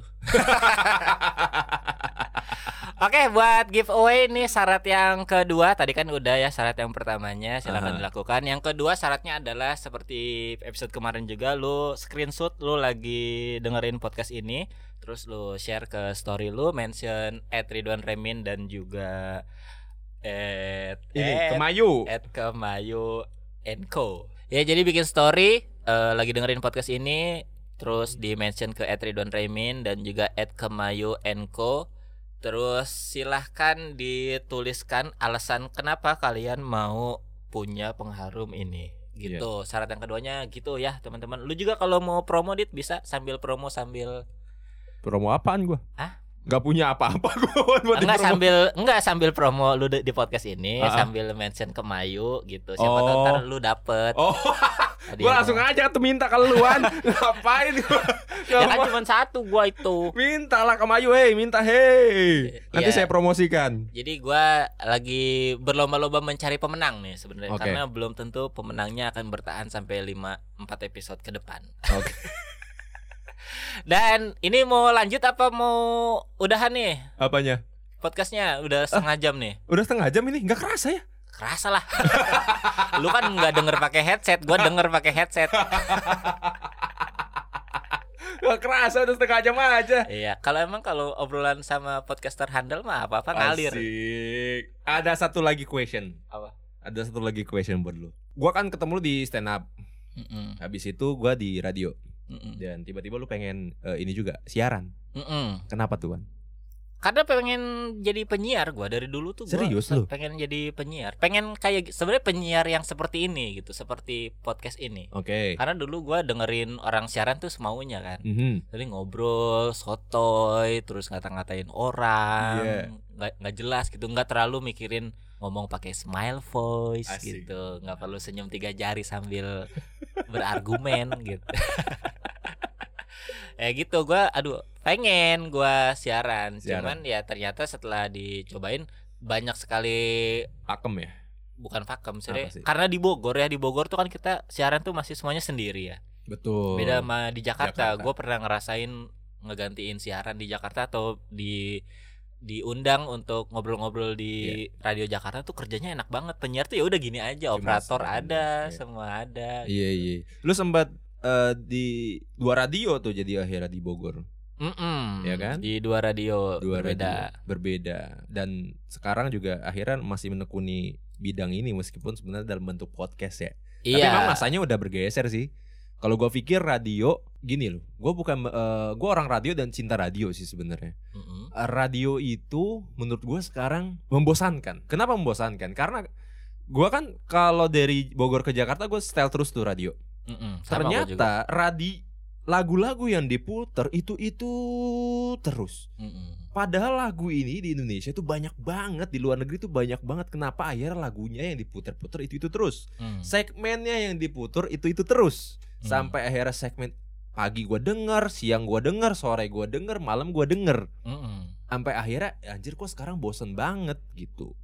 Oke, buat giveaway nih syarat yang kedua. Tadi kan udah ya syarat yang pertamanya, silakan dilakukan. Yang kedua syaratnya adalah seperti episode kemarin juga, lu screenshot lu lagi dengerin podcast ini, terus lu share ke story lu, mention @ridwanremin dan juga Kemayu @kemayu_enco. Ya, jadi bikin story lagi dengerin podcast ini, terus di mention ke @ridwanremin dan juga @kemayu_enco. Terus silahkan dituliskan alasan kenapa kalian mau punya pengharum ini gitu. Syarat yang keduanya gitu ya teman-teman. Lu juga kalau mau promo dit bisa sambil promo apaan gua? Gak punya apa-apa gua buat sambil promo lu di podcast ini, sambil mention Kemayu gitu. Siapa tahu ntar lu dapet. Gua langsung aja tuh minta ke luan. Ngapain gua? Ya kan cuma satu gua itu. Mintalah Kemayu, minta nanti saya promosikan. Jadi gua lagi berlomba-lomba mencari pemenang nih sebenarnya, karena belum tentu pemenangnya akan bertahan sampai 4 episode ke depan. Dan ini mau lanjut apa mau udahan nih? Apanya? Podcastnya udah setengah jam nih. Udah setengah jam ini? Nggak kerasa ya? Kerasa lah. Lu kan nggak denger pakai headset, gue denger pakai headset. Gak kerasa udah setengah jam aja. Iya, kalau obrolan sama podcaster handal mah apa-apa ngalir. Asik. Ada satu lagi question. Apa? Ada satu lagi question buat lu. Gua kan ketemu lu di stand up. Habis itu gua di radio. Dan tiba-tiba lu pengen ini juga siaran. Kenapa tuh, Wan? Karena pengen jadi penyiar gue dari dulu tuh. Serius lu? Pengen jadi penyiar. Pengen kayak sebenarnya penyiar yang seperti ini gitu, seperti podcast ini. Karena dulu gue dengerin orang siaran tuh semaunya kan. Jadi ngobrol, sotoy, terus ngata-ngatain orang, nggak jelas gitu, nggak terlalu mikirin ngomong pakai smile voice. Asik. Gitu, nggak perlu senyum 3 jari sambil berargumen gitu. Gitu gue pengen gue siaran. Cuman ya ternyata setelah dicobain banyak sekali pakem ya. Bukan pakem sih. Karena di Bogor tuh kan kita siaran tuh masih semuanya sendiri ya. Betul. Beda sama di Jakarta. Gue pernah ngerasain ngegantiin siaran di Jakarta atau diundang untuk ngobrol-ngobrol di radio Jakarta tuh kerjanya enak banget. Penyiar tuh ya udah gini aja, operator ada, semua ada. Iya. Lu sempat di 2 radio tuh jadi akhirnya di Bogor. Ya kan? Di 2 radio berbeda. Dan sekarang juga akhirnya masih menekuni bidang ini meskipun sebenarnya dalam bentuk podcast ya. Tapi memang masanya udah bergeser sih. Kalau gue pikir radio gini loh, gue orang radio dan cinta radio sih sebenarnya. Radio itu menurut gue sekarang membosankan. Kenapa membosankan? Karena gue kan kalau dari Bogor ke Jakarta gue setel terus tuh radio. Ternyata lagu-lagu yang diputer itu terus. Padahal lagu ini di Indonesia tuh banyak banget, di luar negeri tuh banyak banget. Kenapa akhirnya lagunya yang diputer-puter itu terus? Segmennya yang diputer itu terus. Sampai akhirnya segmen pagi gue denger, siang gue denger, sore gue denger, malam gue denger. Sampai akhirnya anjir kok sekarang bosen banget gitu.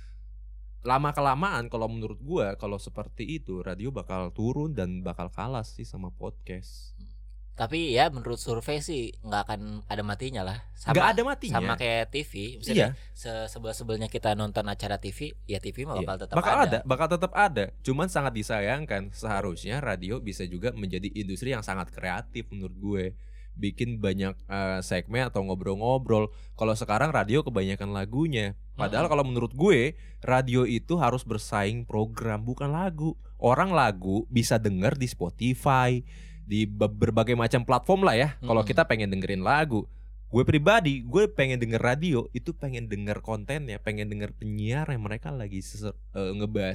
Lama kelamaan kalau menurut gue, kalau seperti itu radio bakal turun dan bakal kalah sih sama podcast. Tapi ya menurut survei sih nggak akan ada matinya lah. Nggak ada matinya. Sama kayak TV. Misalnya sebel-sebelnya kita nonton acara TV, ya TV mah bakal tetap ada. Bakal tetap ada. Cuman sangat disayangkan, seharusnya radio bisa juga menjadi industri yang sangat kreatif menurut gue. Bikin banyak segmen atau ngobrol-ngobrol. Kalau sekarang radio kebanyakan lagunya. Padahal kalau menurut gue, radio itu harus bersaing program, bukan lagu. Orang lagu bisa denger di Spotify, di berbagai macam platform lah ya. Kalau kita pengen dengerin lagu, gue pribadi, gue pengen denger radio, itu pengen denger kontennya, pengen denger penyiar yang mereka lagi ngebahas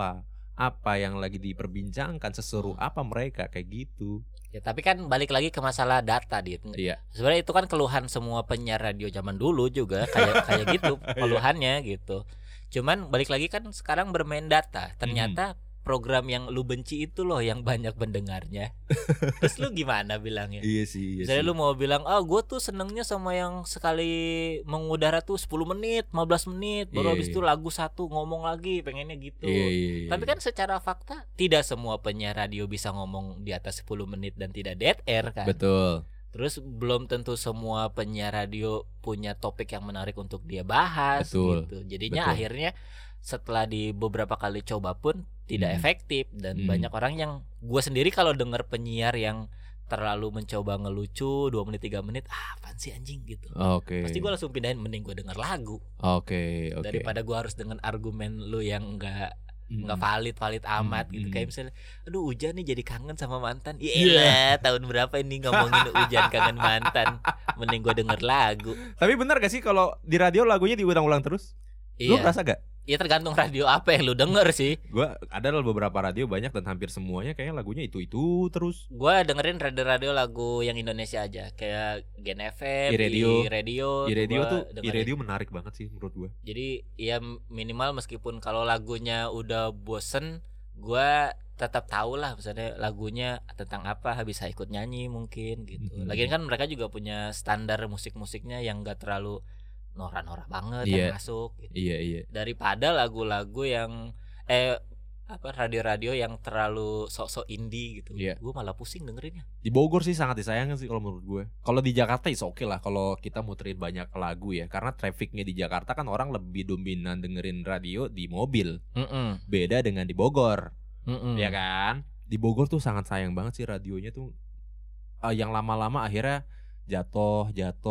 apa yang lagi diperbincangkan, seseru apa mereka, kayak gitu. Ya tapi kan balik lagi ke masalah data, Dit. Iya. Sebenarnya itu kan keluhan semua penyiar radio zaman dulu juga kayak gitu keluhannya gitu. Cuman balik lagi kan sekarang bermain data. Ternyata program yang lu benci itu loh yang banyak pendengarnya. Terus lu gimana bilangnya? Iya sih. Misalnya lu mau bilang, gue tuh senengnya sama yang sekali mengudara tuh 10 menit, 15 menit, baru habis itu lagu satu ngomong lagi, pengennya gitu. Tapi kan secara fakta tidak semua penyiar radio bisa ngomong di atas 10 menit dan tidak dead air kan. Betul. Terus belum tentu semua penyiar radio punya topik yang menarik untuk dia bahas. Betul. Gitu. Jadinya akhirnya setelah di beberapa kali coba pun tidak efektif. Dan banyak orang yang, gue sendiri kalau denger penyiar yang terlalu mencoba ngelucu 2 menit 3 menit, apaan sih anjing gitu. Pasti gue langsung pindahin, mending gue denger lagu. Daripada gue harus dengan argumen lu yang enggak valid amat gitu. Kayak misalnya, aduh Ujan nih jadi kangen sama mantan. Iya, tahun berapa ini ngomongin Ujan kangen mantan. Mending gue denger lagu. Tapi benar gak sih kalau di radio lagunya diulang-ulang terus? Lu ngerasa gak? Iya, tergantung radio apa yang lu denger sih. Gua ada beberapa radio banyak dan hampir semuanya kayaknya lagunya itu terus. Gua dengerin radio lagu yang Indonesia aja, kayak Gen FM, iRadio tuh iRadio menarik banget sih menurut gua. Jadi ya minimal meskipun kalau lagunya udah bosen, gua tetap tahu lah misalnya lagunya tentang apa, bisa ikut nyanyi mungkin gitu. Lagian kan mereka juga punya standar musik-musiknya yang gak terlalu norak-norak banget yang masuk gitu. Iya. Daripada lagu-lagu yang radio-radio yang terlalu sok-sok indie gitu. Gue malah pusing dengerinnya. Di Bogor sih sangat disayangkan sih kalau menurut gue. Kalau di Jakarta is oke lah kalau kita muterin banyak lagu ya, karena trafficnya di Jakarta kan orang lebih dominan dengerin radio di mobil. Beda dengan di Bogor. Ya kan? Di Bogor tuh sangat sayang banget sih radionya tuh yang lama-lama akhirnya jatuh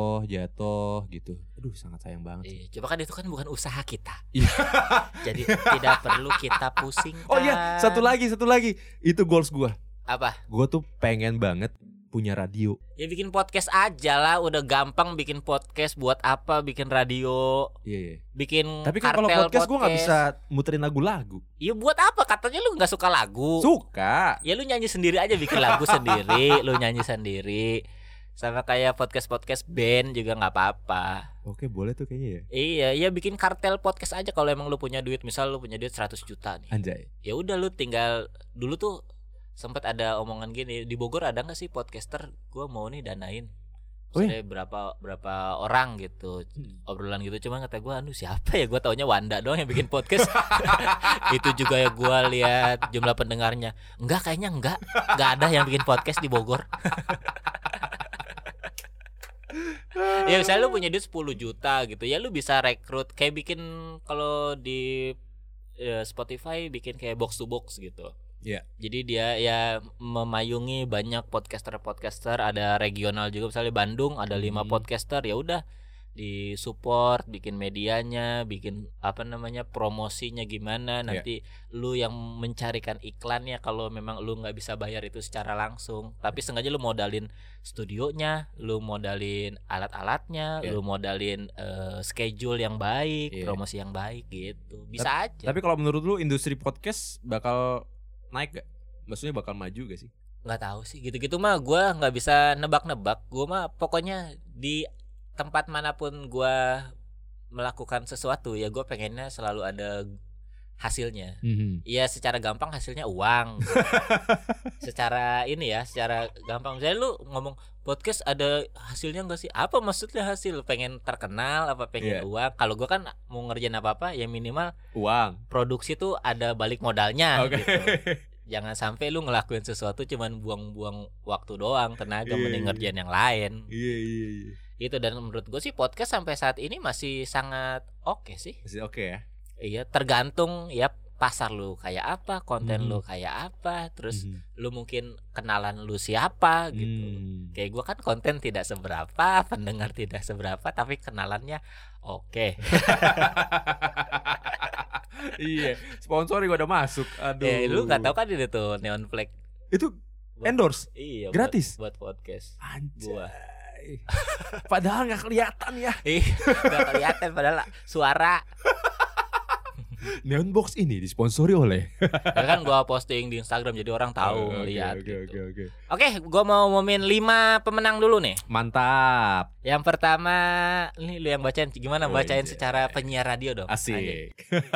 gitu. Aduh, sangat sayang banget. Coba kan itu kan bukan usaha kita. Jadi tidak perlu kita pusingkan. Oh iya, satu lagi. Itu goals gue. Apa? Gue tuh pengen banget punya radio. Ya bikin podcast aja lah, udah gampang bikin podcast. Buat apa bikin radio? Iya. Bikin tapi kan kalau podcast gue gak bisa muterin lagu-lagu. Iya, buat apa? Katanya lu gak suka lagu. Suka. Ya lu nyanyi sendiri aja, bikin lagu sendiri. Lu nyanyi sendiri. Sama kayak podcast band juga gak apa-apa. Oke, boleh tuh kayaknya ya. Iya, bikin kartel podcast aja kalau emang lu punya duit. Misal lu punya duit 100 juta nih. Anjay. Ya udah, lu tinggal, dulu tuh sempat ada omongan gini, di Bogor ada gak sih podcaster, gue mau nih danain misalnya berapa orang gitu, obrolan gitu. Cuma kata gue, siapa ya, gue taunya Wanda doang yang bikin podcast. Itu juga ya gue lihat jumlah pendengarnya, kayaknya enggak ada yang bikin podcast di Bogor. Ya misalnya lu punya duit 10 juta gitu, ya lu bisa rekrut, kayak bikin kalau di Spotify bikin kayak box to box gitu. Jadi dia ya memayungi banyak podcaster, ada regional juga, misalnya Bandung ada 5 podcaster, ya udah di support, bikin medianya, bikin promosinya gimana, nanti lu yang mencarikan iklannya kalau memang lu nggak bisa bayar itu secara langsung, tapi sengaja lu modalin studionya, lu modalin alat-alatnya, lu modalin schedule yang baik, promosi yang baik gitu, bisa aja. Tapi kalau menurut lu industri podcast bakal naik gak? Maksudnya bakal maju gak sih? Nggak tahu sih, gitu-gitu mah gue nggak bisa nebak-nebak. Gue mah pokoknya di tempat manapun gue melakukan sesuatu ya gue pengennya selalu ada hasilnya. Iya, secara gampang hasilnya uang. Secara gampang. Misalnya lu ngomong podcast ada hasilnya enggak sih? Apa maksudnya hasil? Pengen terkenal apa pengen uang? Kalau gua kan mau ngerjain apa-apa ya minimal uang. Produksi tuh ada balik modalnya gitu. Jangan sampai lu ngelakuin sesuatu cuman buang-buang waktu doang, tenaga, mending ngerjain yang lain. Iya. Itu, dan menurut gue sih podcast sampai saat ini masih sangat oke sih. Masih oke ya. Iya, tergantung ya pasar lu kayak apa, konten lu kayak apa, terus lu mungkin kenalan lu siapa gitu. Kayak gue kan konten tidak seberapa, pendengar tidak seberapa, tapi kenalannya oke. Iya, sponsor gue udah masuk. Aduh. Lu gak tahu kan itu tuh Neon Flag. Itu endorse? Iya, gratis buat podcast. Anjay. Gua. Padahal gak kelihatan ya. Gak kelihatan padahal suara. Neon Box ini disponsori oleh. Ya kan gua posting di Instagram jadi orang tahu lihat. Oke, gua mau ngomongin 5 pemenang dulu nih. Mantap. Yang pertama, ini lu yang bacain, gimana bacain secara penyiar radio dong. Asik.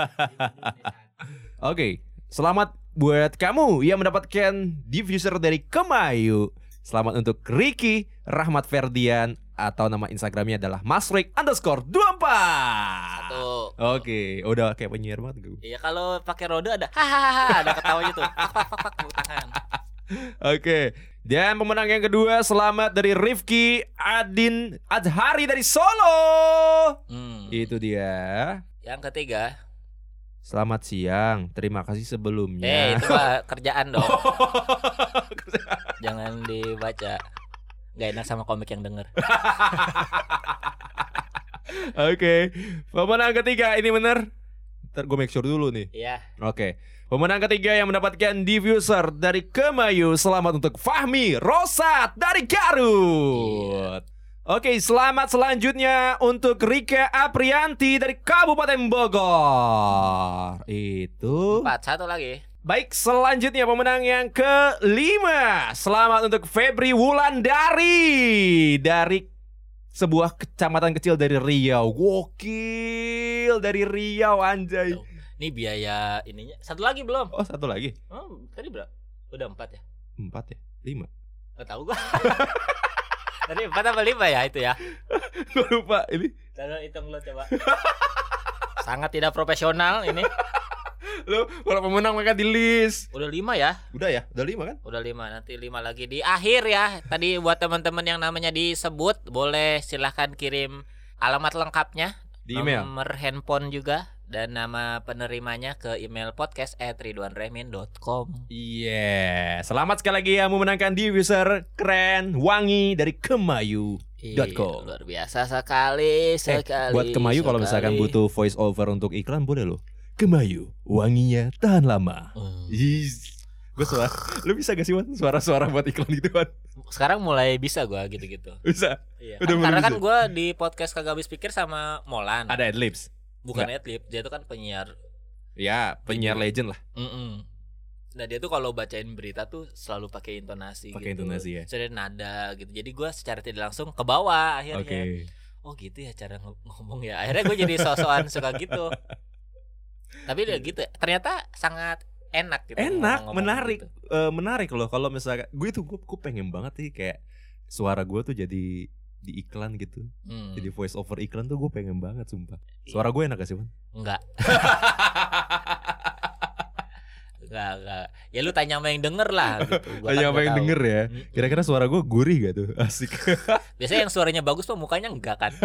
Oke, selamat buat kamu yang mendapatkan diffuser dari Kemayu. Selamat untuk Ricky Rahmat Ferdian, atau nama Instagramnya adalah masrik_24. Satu. Oke, udah kayak penyiar banget gue. Iya, kalau pakai roda ada hahaha, ada ketawanya tuh. Pak tangan. Oke. Dan pemenang yang kedua, selamat dari Rifki Adin Adhari dari Solo. Itu dia. Yang ketiga, selamat siang, terima kasih sebelumnya. Itu mah kerjaan dong. Jangan dibaca. Gak enak sama komik yang denger. Oke. Pemenang ketiga ini bener. Ntar gue make sure dulu nih. Iya. Oke. Pemenang ketiga yang mendapatkan diffuser dari Kemayu, selamat untuk Fahmi Rosat dari Garut. Oke, selamat selanjutnya untuk Rika Aprianti dari Kabupaten Bogor. Itu 4, satu lagi. Baik, selanjutnya pemenang yang kelima, selamat untuk Febri Wulandari dari sebuah kecamatan kecil dari Riau. Gokil, dari Riau, anjay. Ini biaya ininya. Satu lagi belum? Oh, satu lagi. Oh, tadi berapa? Udah 4 ya? 4 ya? 5? Gak tahu gua. Tadi 4 apa 5 ya itu ya? Gue lupa ini. Coba hitung lo coba. Sangat tidak profesional ini. Lo kalau pemenang mereka di list. Udah 5 ya? Udah ya? Udah 5 kan? Udah 5, nanti 5 lagi di akhir ya. Tadi buat teman-teman yang namanya disebut, boleh silahkan kirim alamat lengkapnya, di email, nomor handphone juga, dan nama penerimanya ke email podcast@ridwanremin.com. Iya, selamat sekali lagi yang memenangkan diffuser keren wangi dari Kemayu.com. Luar biasa sekali. Buat Kemayu kalau misalkan butuh voice over untuk iklan boleh loh. Kemayu, wanginya tahan lama. Gue suara, lu bisa gak sih Wan suara-suara buat iklan gitu Wan? Sekarang mulai bisa gue gitu-gitu. Bisa? Iya. Karena kan gue di podcast Kagak Habis Pikir sama Molan. Ada adlibs? Bukan adlib, dia tuh kan penyiar. Ya, penyiar legend lah. Nah dia tuh kalau bacain berita tuh selalu pakai intonasi. Pakai gitu. intonasi ya. Jadi nada gitu. Jadi gue secara tidak langsung ke bawah akhirnya. Okay. Oh gitu ya cara ngomong ya. Akhirnya gue jadi so-soan suka gitu. Tapi udah gitu. Ternyata sangat enak gitu. Enak, menarik. Gitu. Menarik loh kalau misalkan gue pengen banget sih kayak suara gue tuh jadi di iklan gitu. Jadi voice over iklan tuh gue pengen banget sumpah. Suara gue enak gak sih, Man? Enggak. Enggak. Ya lu tanya sama yang denger lah gitu. Tanya sama yang denger ya. Kira-kira suara gue gurih gak tuh? Asik. Biasanya yang suaranya bagus tuh mukanya enggak kan.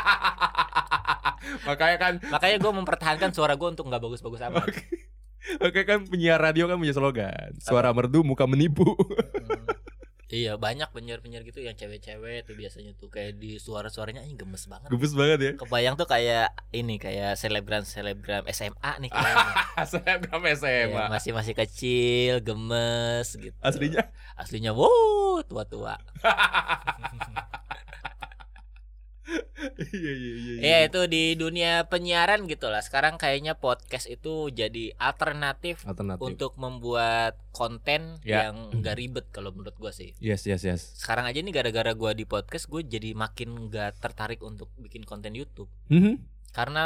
Makanya gue mempertahankan suara gue untuk enggak bagus-bagus amat. Oke kan penyiar radio kan punya slogan. Suara merdu muka menipu. Iya, banyak penyiar-penyiar gitu yang cewek-cewek tuh biasanya tuh kayak di suara-suaranya gemes banget. Gemes banget ya. Kebayang tuh kayak ini, kayak selebgram SMA nih kayaknya. Selebgram SMA. Ya, masih kecil, gemes gitu. Aslinya wow, tua-tua. Iya, itu di dunia penyiaran gitu lah. Sekarang kayaknya podcast itu jadi alternatif. Untuk membuat konten yang gak ribet kalau menurut gue sih. Yes. Sekarang aja nih gara-gara gue di podcast, gue jadi makin gak tertarik untuk bikin konten YouTube. Mm-hmm. Karena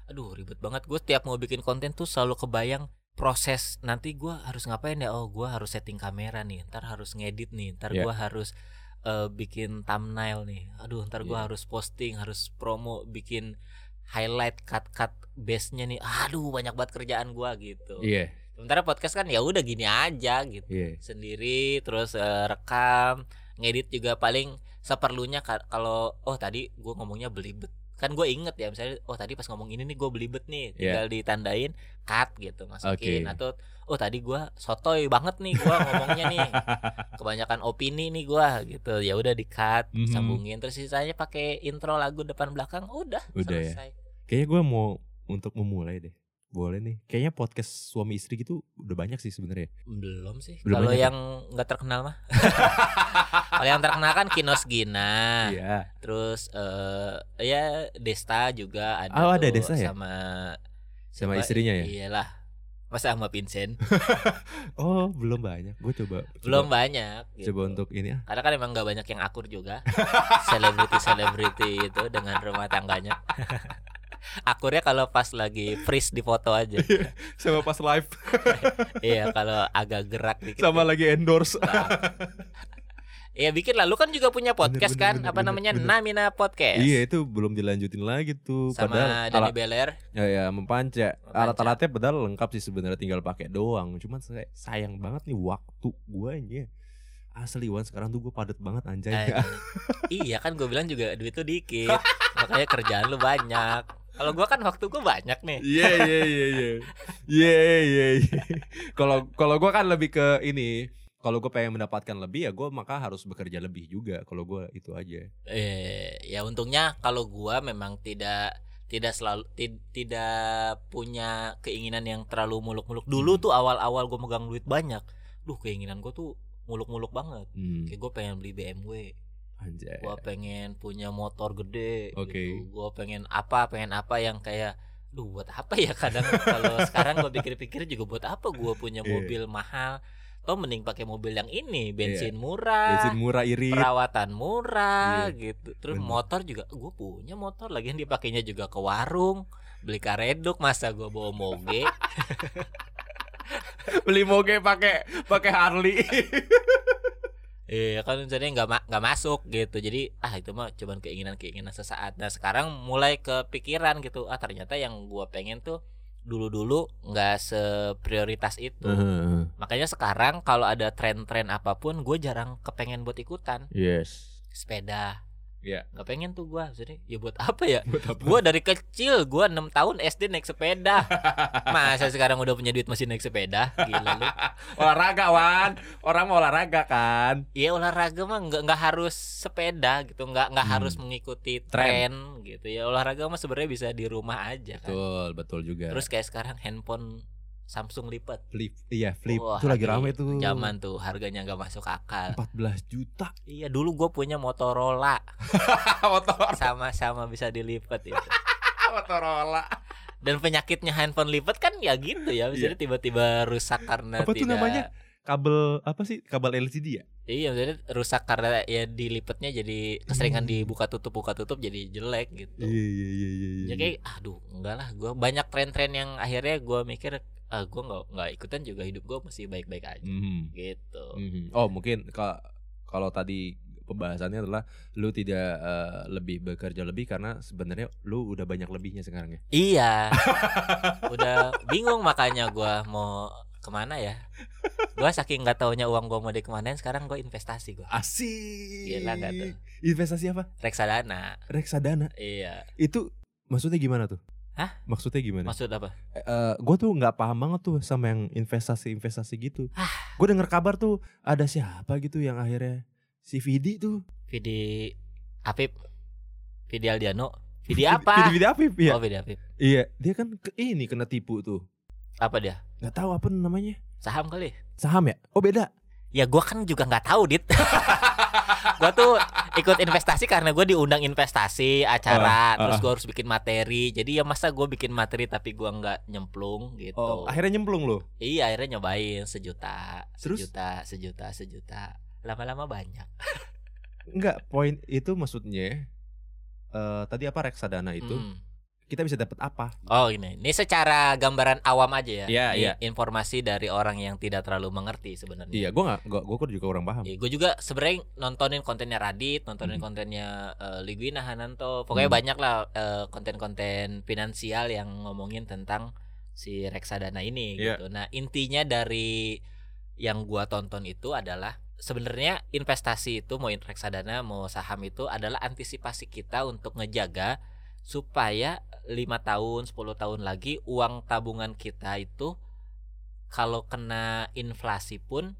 aduh ribet banget. Gue tiap mau bikin konten tuh selalu kebayang proses nanti gue harus ngapain ya. Oh gue harus setting kamera nih, ntar harus ngedit nih, ntar gue harus bikin thumbnail nih. Aduh ntar gue harus posting, harus promo, bikin highlight, cut base-nya nih. Aduh banyak banget kerjaan gue gitu. Sementara podcast kan ya udah gini aja gitu. Sendiri terus rekam, ngedit juga paling seperlunya. Kalau tadi gue ngomongnya belibet, kan gue inget ya misalnya tadi pas ngomong ini nih gue belibet nih, tinggal ditandain cut gitu, masukin. Atau tadi gue sotoy banget nih gue ngomongnya nih, kebanyakan opini nih gue gitu, ya udah di cut, sambungin, terus sisanya pakai intro lagu depan belakang, udah selesai. Kayaknya gue mau untuk memulai deh. Boleh nih. Kayaknya podcast suami istri gitu udah banyak sih sebenarnya. Belum sih. Kalau yang nggak terkenal mah. Kalau yang terkenal kan Kinos Gina. Terus ya Desta juga ada. Oh, ada Desta ya? Sama istrinya ya? Iyalah. Masa sama Vincent. Oh, belum banyak. Gue coba. Belum banyak. Gitu. Coba untuk ini. Karena kan emang nggak banyak yang akur juga. Selebriti itu dengan rumah tangganya. Akurnya kalau pas lagi freeze di foto aja. Sama pas live. Iya, kalau agak gerak dikit. Sama lagi endorse. Iya bikin lah, lu kan juga punya podcast bener. Namina Podcast. Iya itu belum dilanjutin lagi tuh. Sama Dani Beler. Ya mempanca. Alat-alatnya padahal lengkap sih sebenarnya, tinggal pakai doang. Cuman sayang banget nih waktu gue aja. Asli Wan, sekarang tuh gue padet banget anjay. Iya kan gue bilang juga duit tuh dikit. Makanya kerjaan lu banyak. Kalau gue kan waktu gue banyak nih. Iya. Kalau gue kan lebih ke ini. Kalau gue pengen mendapatkan lebih ya gue maka harus bekerja lebih juga. Kalau gue itu aja. Ya untungnya kalau gue memang tidak selalu tidak punya keinginan yang terlalu muluk-muluk. Dulu tuh awal-awal gue megang duit banyak. Keinginan gue tuh muluk-muluk banget. Kayak gue pengen beli BMW. Anjay. Gue pengen punya motor gede gitu. Gue pengen apa yang kayak buat apa ya. Kadang kalau sekarang gue pikir-pikir juga buat apa gue punya mobil mahal. Toh mending pakai mobil yang ini, bensin murah, irit, perawatan murah gitu. Terus motor juga gue punya motor, lagian dipakainya juga ke warung, beli karedok, masa gue bawa moge. Beli moge pakai Harley. Iya kan jadinya nggak masuk gitu. Jadi itu mah cuman keinginan sesaat. Nah sekarang mulai kepikiran gitu, ternyata yang gue pengen tuh dulu nggak seprioritas itu. Makanya sekarang kalau ada tren-tren apapun gue jarang kepengen buat ikutan. Sepeda nggak pengen tuh gue. Jadi ya buat apa ya? Gue dari kecil, gue 6 tahun SD naik sepeda. Masa sekarang udah punya duit masih naik sepeda? Gila lu. Olahraga Wan, orang mau olahraga kan? Iya olahraga mah nggak harus sepeda gitu, nggak harus mengikuti tren gitu ya. Olahraga mah sebenarnya bisa di rumah aja kan. Betul juga. Terus kayak sekarang handphone Samsung Flip. Wah, itu lagi rame tuh. Zaman tuh harganya nggak masuk akal. 14 juta. Iya, dulu gue punya Motorola. Sama-sama bisa dilipat itu. Motorola. Dan penyakitnya handphone lipat kan ya gitu ya. Misalnya tiba-tiba rusak karena apa tuh namanya? Kabel apa sih? Kabel LCD ya? Iya, misalnya rusak karena ya dilipatnya jadi keseringan dibuka tutup jadi jelek gitu. Iya. Ya kayak enggak lah, gue banyak tren-tren yang akhirnya gue mikir gue nggak ikutan juga, hidup gue masih baik-baik aja gitu. Oh mungkin kalau tadi pembahasannya adalah lu tidak lebih bekerja lebih karena sebenarnya lu udah banyak lebihnya sekarang ya. Iya. Udah bingung makanya gue mau kemana ya. Gue saking nggak taunya uang gue mau dikemanain, sekarang gue investasi gue. Asik. Gila nggak tuh? Investasi apa? Reksadana. Iya. Itu maksudnya gimana tuh? Hah? Maksudnya gimana? Maksud apa? Gue tuh nggak paham banget tuh sama yang investasi gitu. Gue denger kabar tuh ada siapa gitu yang akhirnya si Vidi tuh. Vidi Apip. Vidi Aldiano. Vidi apa? Vidi Apip ya. Oh Vidi Apip. Iya, dia kan kena tipu tuh. Apa dia? Nggak tahu apa namanya. Saham kali. Saham ya? Oh beda. Ya gue kan juga nggak tahu Dit. Gue tuh ikut investasi karena gue diundang investasi acara, terus gue harus bikin materi. Jadi ya masa gue bikin materi tapi gue nggak nyemplung gitu. Oh, akhirnya nyemplung lo? Iya, akhirnya nyobain 1 juta, terus? 1 juta. Lama-lama banyak. Enggak, poin itu maksudnya tadi apa reksadana itu? kita bisa dapat apa? Oh ini secara gambaran awam aja ya. Iya. Informasi dari orang yang tidak terlalu mengerti sebenarnya. Iya, gue juga kurang paham. Gue juga sebenarnya nontonin kontennya Radit, nontonin kontennya Liguina Hananto, pokoknya banyak lah konten-konten finansial yang ngomongin tentang si reksadana ini gitu. Nah intinya dari yang gue tonton itu adalah sebenarnya investasi itu mau reksadana mau saham itu adalah antisipasi kita untuk ngejaga supaya 5 tahun 10 tahun lagi uang tabungan kita itu kalau kena inflasi pun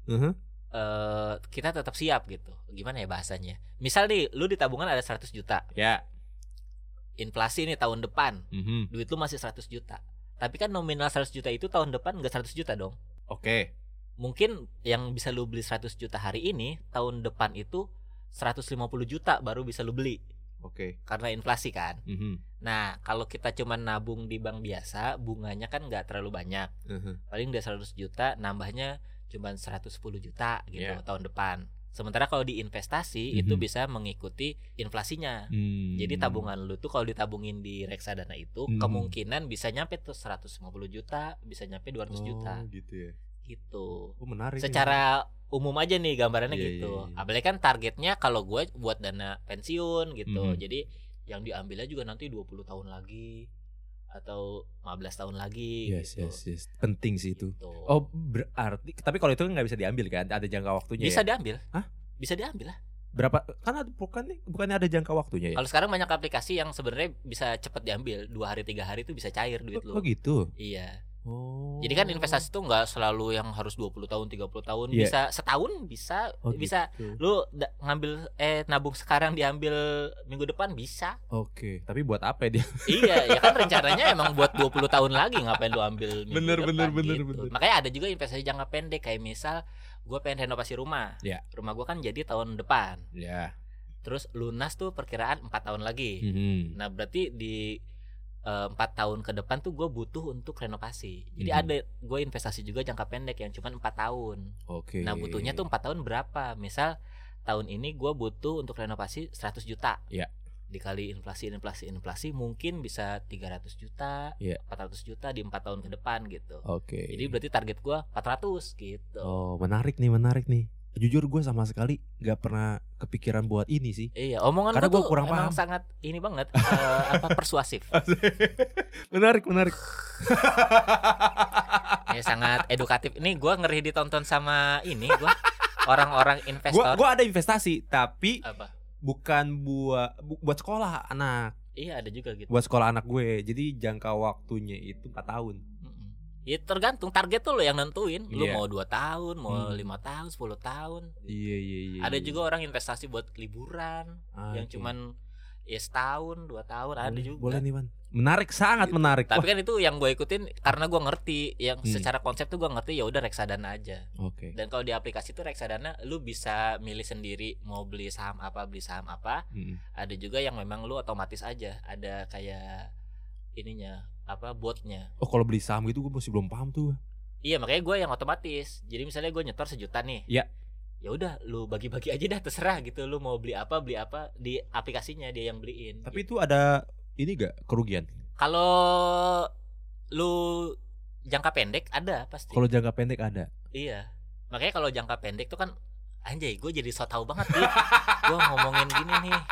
kita tetap siap gitu. Gimana ya bahasanya? Misal nih lu di tabungan ada 100 juta. Ya. Inflasi nih tahun depan. Duit lu masih 100 juta. Tapi kan nominal 100 juta itu tahun depan enggak 100 juta dong. Oke. Mungkin yang bisa lu beli 100 juta hari ini tahun depan itu 150 juta baru bisa lu beli. Oke. Karena inflasi kan. Nah kalau kita cuma nabung di bank biasa, bunganya kan nggak terlalu banyak. Paling udah 100 juta, nambahnya cuma 110 juta gitu tahun depan. Sementara kalau di investasi itu bisa mengikuti inflasinya. Jadi tabungan lu tuh kalau ditabungin di reksadana itu kemungkinan bisa nyampe tuh 150 juta, bisa nyampe 200 juta. Gitu ya. Gitu. Oh, menarik. Secara umum aja nih gambarannya gitu. Iya. Apalagi kan targetnya kalau gue buat dana pensiun gitu. Jadi yang diambilnya juga nanti 20 tahun lagi atau 15 tahun lagi gitu. Yes. Penting sih itu. Gitu. Oh, berarti tapi kalau itu nggak bisa diambil kan? Ada jangka waktunya. Bisa diambil. Hah? Bisa diambil lah. Berapa? Kan bukannya ada jangka waktunya ya? Kalau sekarang banyak aplikasi yang sebenarnya bisa cepat diambil, 2 hari 3 hari itu bisa cair duit lu. Oh gitu. Iya. Oh. Jadi kan investasi tuh nggak selalu yang harus 20 tahun 30 tahun, bisa setahun bisa bisa gitu. lu ngambil nabung sekarang diambil minggu depan bisa. Oke, tapi buat apa dia? Iya, ya kan rencananya emang buat 20 tahun lagi ngapain lu ambil minggu Bener. gitu. Makanya ada juga investasi jangka pendek kayak misal gue pengen renovasi rumah. Ya. Rumah gue kan jadi tahun depan. Ya. Terus lunas tuh perkiraan 4 tahun lagi. Nah, berarti di 4 tahun ke depan tuh gue butuh untuk renovasi. Jadi ada gue investasi juga jangka pendek yang cuma 4 tahun. Oke. Nah butuhnya tuh 4 tahun berapa? Misal tahun ini gue butuh untuk renovasi 100 juta. Ya. Dikali inflasi mungkin bisa 300 juta, 400 juta di 4 tahun ke depan gitu. Oke. Jadi berarti target gue 400 gitu. Oh menarik nih. Jujur gue sama sekali gak pernah kepikiran buat ini sih. Iya, omongan karena gue tuh kurang emang paham. sangat ini banget persuasif. Menarik. Ya sangat edukatif. Ini gue ngeri ditonton sama ini gue orang-orang investor. Gue ada investasi tapi apa? Bukan buat sekolah anak. Iya ada juga gitu. Buat sekolah anak gue. Jadi jangka waktunya itu 4 tahun. Ya tergantung target tuh lo yang nentuin. Lu mau 2 tahun, mau 5 tahun, 10 tahun. Iya. Ada juga orang investasi buat liburan yang cuman ya setahun, 2 tahun ada juga. Boleh nih Wan. Menarik, sangat gitu. Menarik. Tapi kan itu yang gue ikutin karena gue ngerti. Yang secara konsep tuh gue ngerti ya udah reksadana aja. Oke. Dan kalau di aplikasi tuh reksadana lu bisa milih sendiri mau beli saham apa. Ada juga yang memang lu otomatis aja. Ada kayak ininya botnya. Oh kalau beli saham gitu gue masih belum paham tuh. Iya makanya gue yang otomatis. Jadi misalnya gue nyetor 1 juta nih. Iya. Ya udah lu bagi-bagi aja dah terserah gitu. Lu mau beli apa di aplikasinya dia yang beliin. Tapi gitu. itu ada ini gak kerugian? Kalau lu jangka pendek ada pasti. Kalau jangka pendek ada. Iya. Makanya kalau jangka pendek tuh kan anjay gue jadi so tau banget nih. Gue ngomongin gini nih.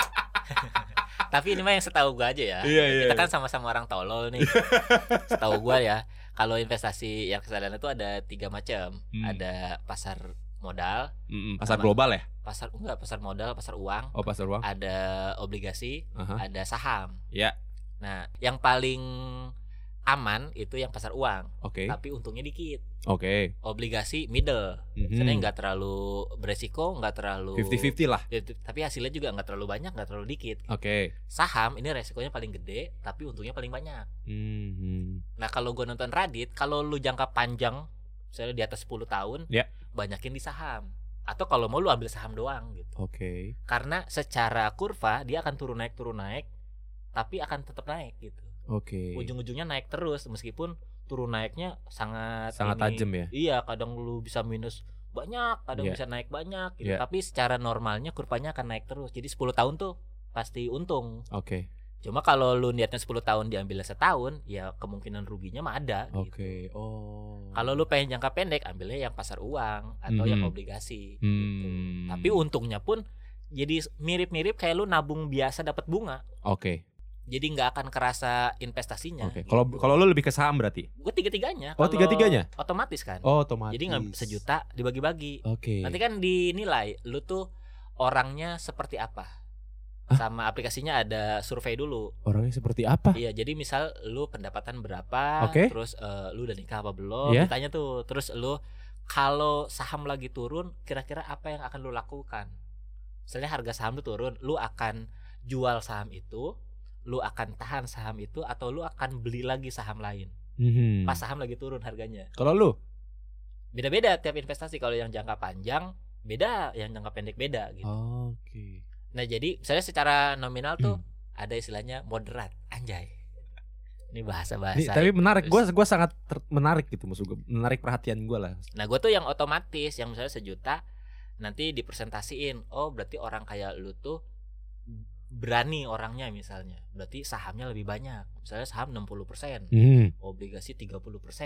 Tapi ini mah yang setahu gue aja ya. Iya. Kita kan sama-sama orang tolol nih. Setahu gue ya, kalau investasi yang reksadana itu ada 3 macam. Ada pasar modal, pasar global ya? Pasar modal, pasar uang. Oh, pasar uang. Ada obligasi, ada saham. Ya. Nah, yang paling aman itu yang pasar uang. Oke. Tapi untungnya dikit. Oke. Obligasi middle. Sebenarnya nggak terlalu beresiko, nggak terlalu 50-50 lah. Tapi hasilnya juga nggak terlalu banyak, nggak terlalu dikit. Oke. Saham ini resikonya paling gede, tapi untungnya paling banyak. Nah kalau gue nonton Radit, kalau lu jangka panjang, misalnya di atas 10 tahun, banyakin di saham. Atau kalau mau lu ambil saham doang gitu. Oke. Karena secara kurva dia akan turun naik, tapi akan tetap naik gitu. Oke. Ujung-ujungnya naik terus meskipun turun naiknya sangat tajam ya. Iya, kadang lu bisa minus banyak, kadang bisa naik banyak gitu. Tapi secara normalnya kurvanya akan naik terus. Jadi 10 tahun tuh pasti untung. Oke. Cuma kalau lu niatnya 10 tahun diambilnya setahun, ya kemungkinan ruginya mah ada Oke. gitu. Oh. Kalau lu pengen jangka pendek, ambilnya yang pasar uang atau yang obligasi gitu. Tapi untungnya pun jadi mirip-mirip kayak lu nabung biasa dapat bunga. Oke. Jadi nggak akan kerasa investasinya. Oke. Kalau lu lebih ke saham berarti? Gue tiga-tiganya. Oh, tiga-tiganya? Otomatis kan. Oh, otomatis. Jadi nggak 1 juta dibagi-bagi. Oke. Nanti kan dinilai lu tuh orangnya seperti apa. Sama aplikasinya ada survei dulu. Orangnya seperti apa? Iya, jadi misal lu pendapatan berapa, terus lu udah nikah apa belum, ditanya tuh. Terus lu kalau saham lagi turun, kira-kira apa yang akan lu lakukan? Misalnya harga saham lu turun, lu akan jual saham itu, lu akan tahan saham itu, atau lu akan beli lagi saham lain. Pas saham lagi turun harganya. Kalau lu? Beda-beda tiap investasi. Kalau yang jangka panjang beda, yang jangka pendek beda gitu. Oke. Nah jadi misalnya secara nominal tuh ada istilahnya moderat, anjay. Ini bahasa-bahasa. Tapi menarik, gue sangat menarik gitu, maksud gue menarik perhatian gue lah. Nah gue tuh yang otomatis, yang misalnya 1 juta nanti dipresentasiin. Oh berarti orang kayak lu tuh berani orangnya misalnya. Berarti sahamnya lebih banyak. Misalnya saham 60%, obligasi 30%.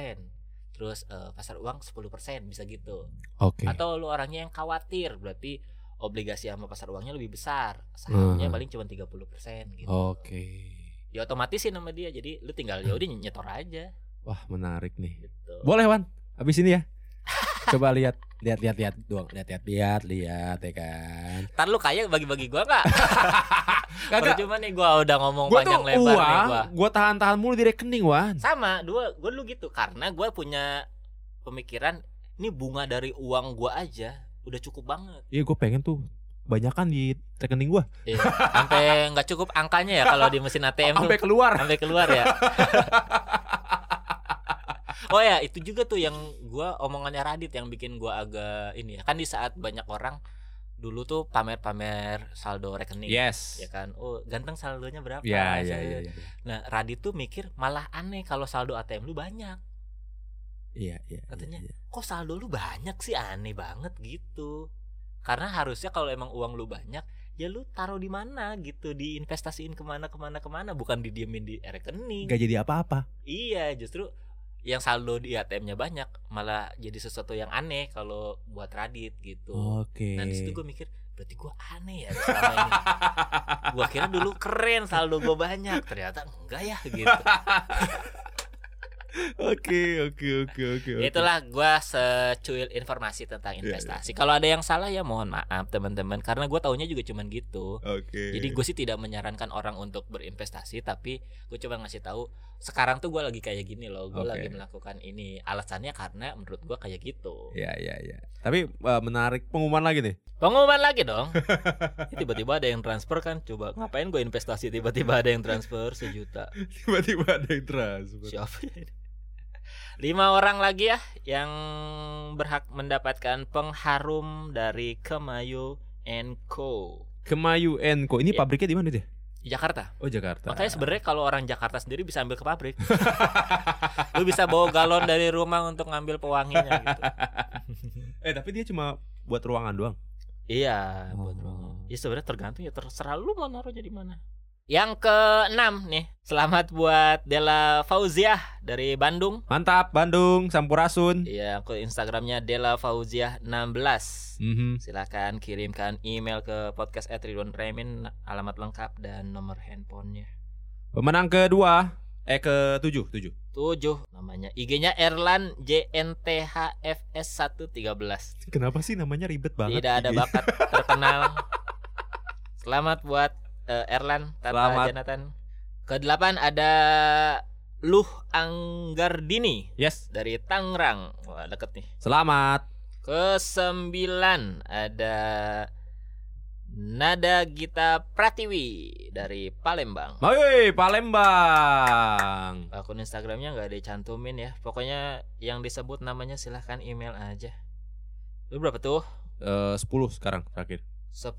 Terus pasar uang 10%, bisa gitu. Oke. Atau lu orangnya yang khawatir, berarti obligasi sama pasar uangnya lebih besar, sahamnya paling cuma 30% gitu. Oke. Ya otomatis sih nama dia, jadi lu tinggal ya udah nyetor aja. Wah menarik nih. Gitu. Boleh Wan, abis ini ya. Coba lihat doang, lihat ya kan. Ntar lu kaya bagi-bagi gua nggak? Kagak. Cuma nih gua udah ngomong panjang lebar nih gua tahan mulu di rekening Wan. Sama, gua dulu gitu karena gua punya pemikiran ini bunga dari uang gua aja udah cukup banget. Iya, gue pengen tuh banyakan di rekening gue. Iya, sampai nggak cukup angkanya ya kalau di mesin ATM sampai keluar ya. Oh ya, itu juga tuh yang gue omongannya Radit yang bikin gue agak ini ya. Kan di saat banyak orang dulu tuh pamer-pamer saldo rekening. Yes. Ya kan. Oh, ganteng saldonya berapa? Ya. Nah, Radit tuh mikir malah aneh kalau saldo ATM lu banyak. Iya. Katanya, kok saldo lu banyak sih, aneh banget gitu. Karena harusnya kalau emang uang lu banyak, ya lu taruh di mana gitu, diinvestasiin kemana, bukan didiemin di rekening. Gak jadi apa-apa. Iya, justru yang saldo di ATM-nya banyak malah jadi sesuatu yang aneh kalau buat Radit gitu. Oke. Nah di situ gue mikir, berarti gue aneh ya selama ini. Gue kira dulu keren saldo gue banyak, ternyata enggak ya gitu. Oke. Itulah gue secuil informasi tentang investasi. Kalau ada yang salah ya mohon maaf teman-teman, karena gue taunya juga cuman gitu. Jadi gue sih tidak menyarankan orang untuk berinvestasi, tapi gue coba ngasih tahu sekarang tuh gue lagi kayak gini loh, gue lagi melakukan ini. Alasannya karena menurut gue kayak gitu. Ya. Tapi menarik, pengumuman lagi nih. Pengumuman lagi dong. Tiba-tiba ada yang transfer kan, coba ngapain gue investasi tiba-tiba ada yang transfer 1 juta. Tiba-tiba ada yang transfer. Siapa ya ini? 5 orang lagi ya yang berhak mendapatkan pengharum dari Kemayu & Co. Kemayu & Co. Ini pabriknya di mana deh? Jakarta. Oh, Jakarta. Makanya sebenarnya kalau orang Jakarta sendiri bisa ambil ke pabrik. Lu bisa bawa galon dari rumah untuk ngambil pewanginya gitu. Tapi dia cuma buat ruangan doang. Iya, buat ruangan. Ya sebenarnya tergantung, ya terserah lu mau naruhnya di mana. Yang ke-6 nih, selamat buat Della Fauziah dari Bandung. Mantap, Bandung, Sampurasun. Iya, ke Instagramnya Della Fauziah 16. Silakan kirimkan email ke podcast@ridwanremin, alamat lengkap dan nomor handphonenya. Pemenang kedua, ke-7. 7, namanya IG-nya Erlan JNTHFS113. Kenapa sih namanya ribet banget? Tidak ada bakat terkenal. Selamat buat Erlan Tata Janatan. Ke-8 ada Luh Anggardini. Yes. Dari Tangerang. Wah, deket nih. Selamat. Ke-9 ada Nada Gita Pratiwi dari Palembang. Woi, Palembang. Akun Instagramnya nggak dicantumin ya. Pokoknya yang disebut namanya silahkan email aja. Lu berapa tuh? 10 sekarang terakhir. 10.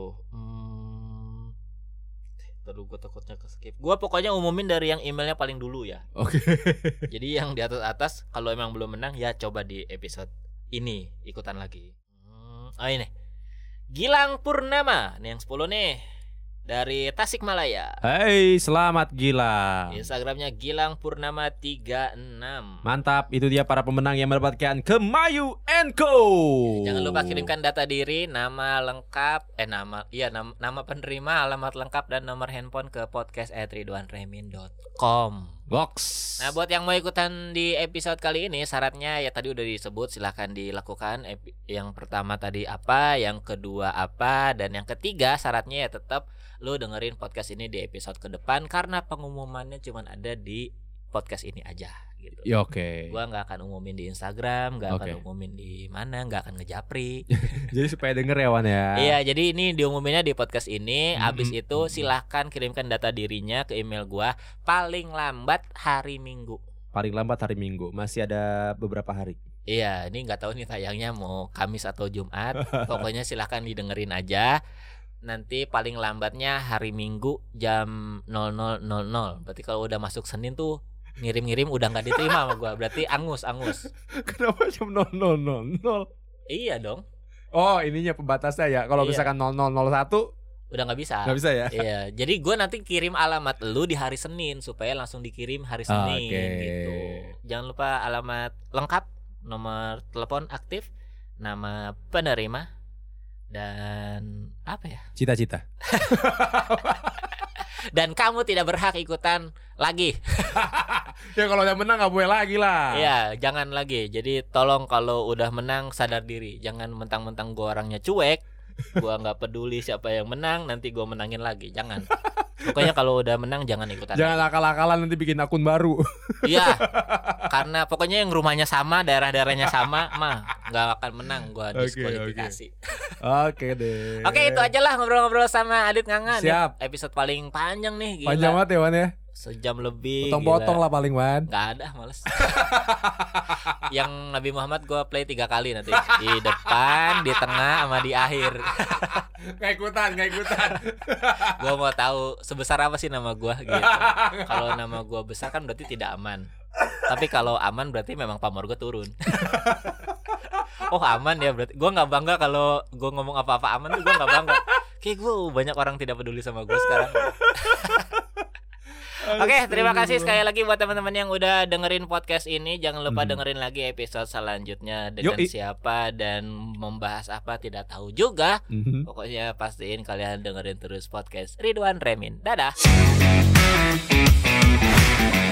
Aduh, gue takutnya ke skip. Gue pokoknya umumin dari yang emailnya paling dulu ya. Oke. Jadi yang di atas kalau emang belum menang ya coba di episode ini ikutan lagi. Ini Gilang Purnama nih yang 10 nih dari Tasikmalaya. Hai, selamat Gilang. Instagramnya Gilang Purnama 36. Mantap, itu dia para pemenang yang mendapatkan Kemayu & Co. Jangan lupa kirimkan data diri, nama lengkap, nama penerima, alamat lengkap dan nomor handphone ke podcast@ridwanremin.com. Goks. Nah, buat yang mau ikutan di episode kali ini, syaratnya ya tadi udah disebut, silahkan dilakukan. Yang pertama tadi apa, yang kedua apa, dan yang ketiga syaratnya ya tetap lu dengerin podcast ini di episode ke depan karena pengumumannya cuma ada di podcast ini aja gitu. Ya, oke. Gua nggak akan umumin di Instagram, nggak akan umumin di mana, nggak akan ngejapri. Jadi supaya denger ya Wan ya. Iya, jadi ini diumuminnya di podcast ini. Abis itu silahkan kirimkan data dirinya ke email gua paling lambat hari Minggu. Paling lambat hari Minggu. Masih ada beberapa hari. Iya, ini nggak tahu nih tayangnya mau Kamis atau Jumat. Pokoknya silahkan didengerin aja. Nanti paling lambatnya hari Minggu jam 00.00. Berarti kalau udah masuk Senin tuh ngirim-ngirim udah nggak diterima sama gua. Berarti angus. Kenapa jam 00.00? Iya dong. Oh, ininya pembatasnya ya. Kalau misalkan 0001 udah nggak bisa. Nggak bisa ya. Iya. Jadi gua nanti kirim alamat lu di hari Senin supaya langsung dikirim hari Senin gitu. Jangan lupa alamat lengkap, nomor telepon aktif, nama penerima, dan apa ya? Cita-cita. Dan kamu tidak berhak ikutan lagi. Ya kalau udah menang gak boleh lagi lah. Iya, jangan lagi. Jadi tolong kalau udah menang sadar diri. Jangan mentang-mentang gua orangnya cuek, gua gak peduli siapa yang menang, nanti gua menangin lagi. Jangan. Pokoknya kalau udah menang jangan ikutan. Jangan akal-akalan nanti bikin akun baru. Iya. Karena pokoknya yang rumahnya sama, daerah-daerahnya sama mah gak akan menang, gua diskualifikasi. Oke deh. Oke, itu aja lah ngobrol-ngobrol sama Adit Ngangan. Siap. Episode paling panjang nih, gila. Panjang banget ya Wan ya. Sejam lebih. Potong-potong lah paling Wan. Gak ada, males. Yang Nabi Muhammad gue play 3 kali nanti. Di depan, di tengah, sama di akhir. Gak ikutan. Gue mau tahu sebesar apa sih nama gue gitu. Kalau nama gue besar kan berarti tidak aman. Tapi kalau aman berarti memang pamor gue turun. Oh aman ya berarti. Gue gak bangga kalau gue ngomong apa-apa aman tuh, gue gak bangga. Kayak gue banyak orang tidak peduli sama gue sekarang. Oke, terima kasih sekali lagi buat teman-teman yang udah dengerin podcast ini. Jangan lupa dengerin lagi episode selanjutnya dengan siapa dan membahas apa tidak tahu juga. Pokoknya pastiin kalian dengerin terus podcast Ridwan Remin. Dadah.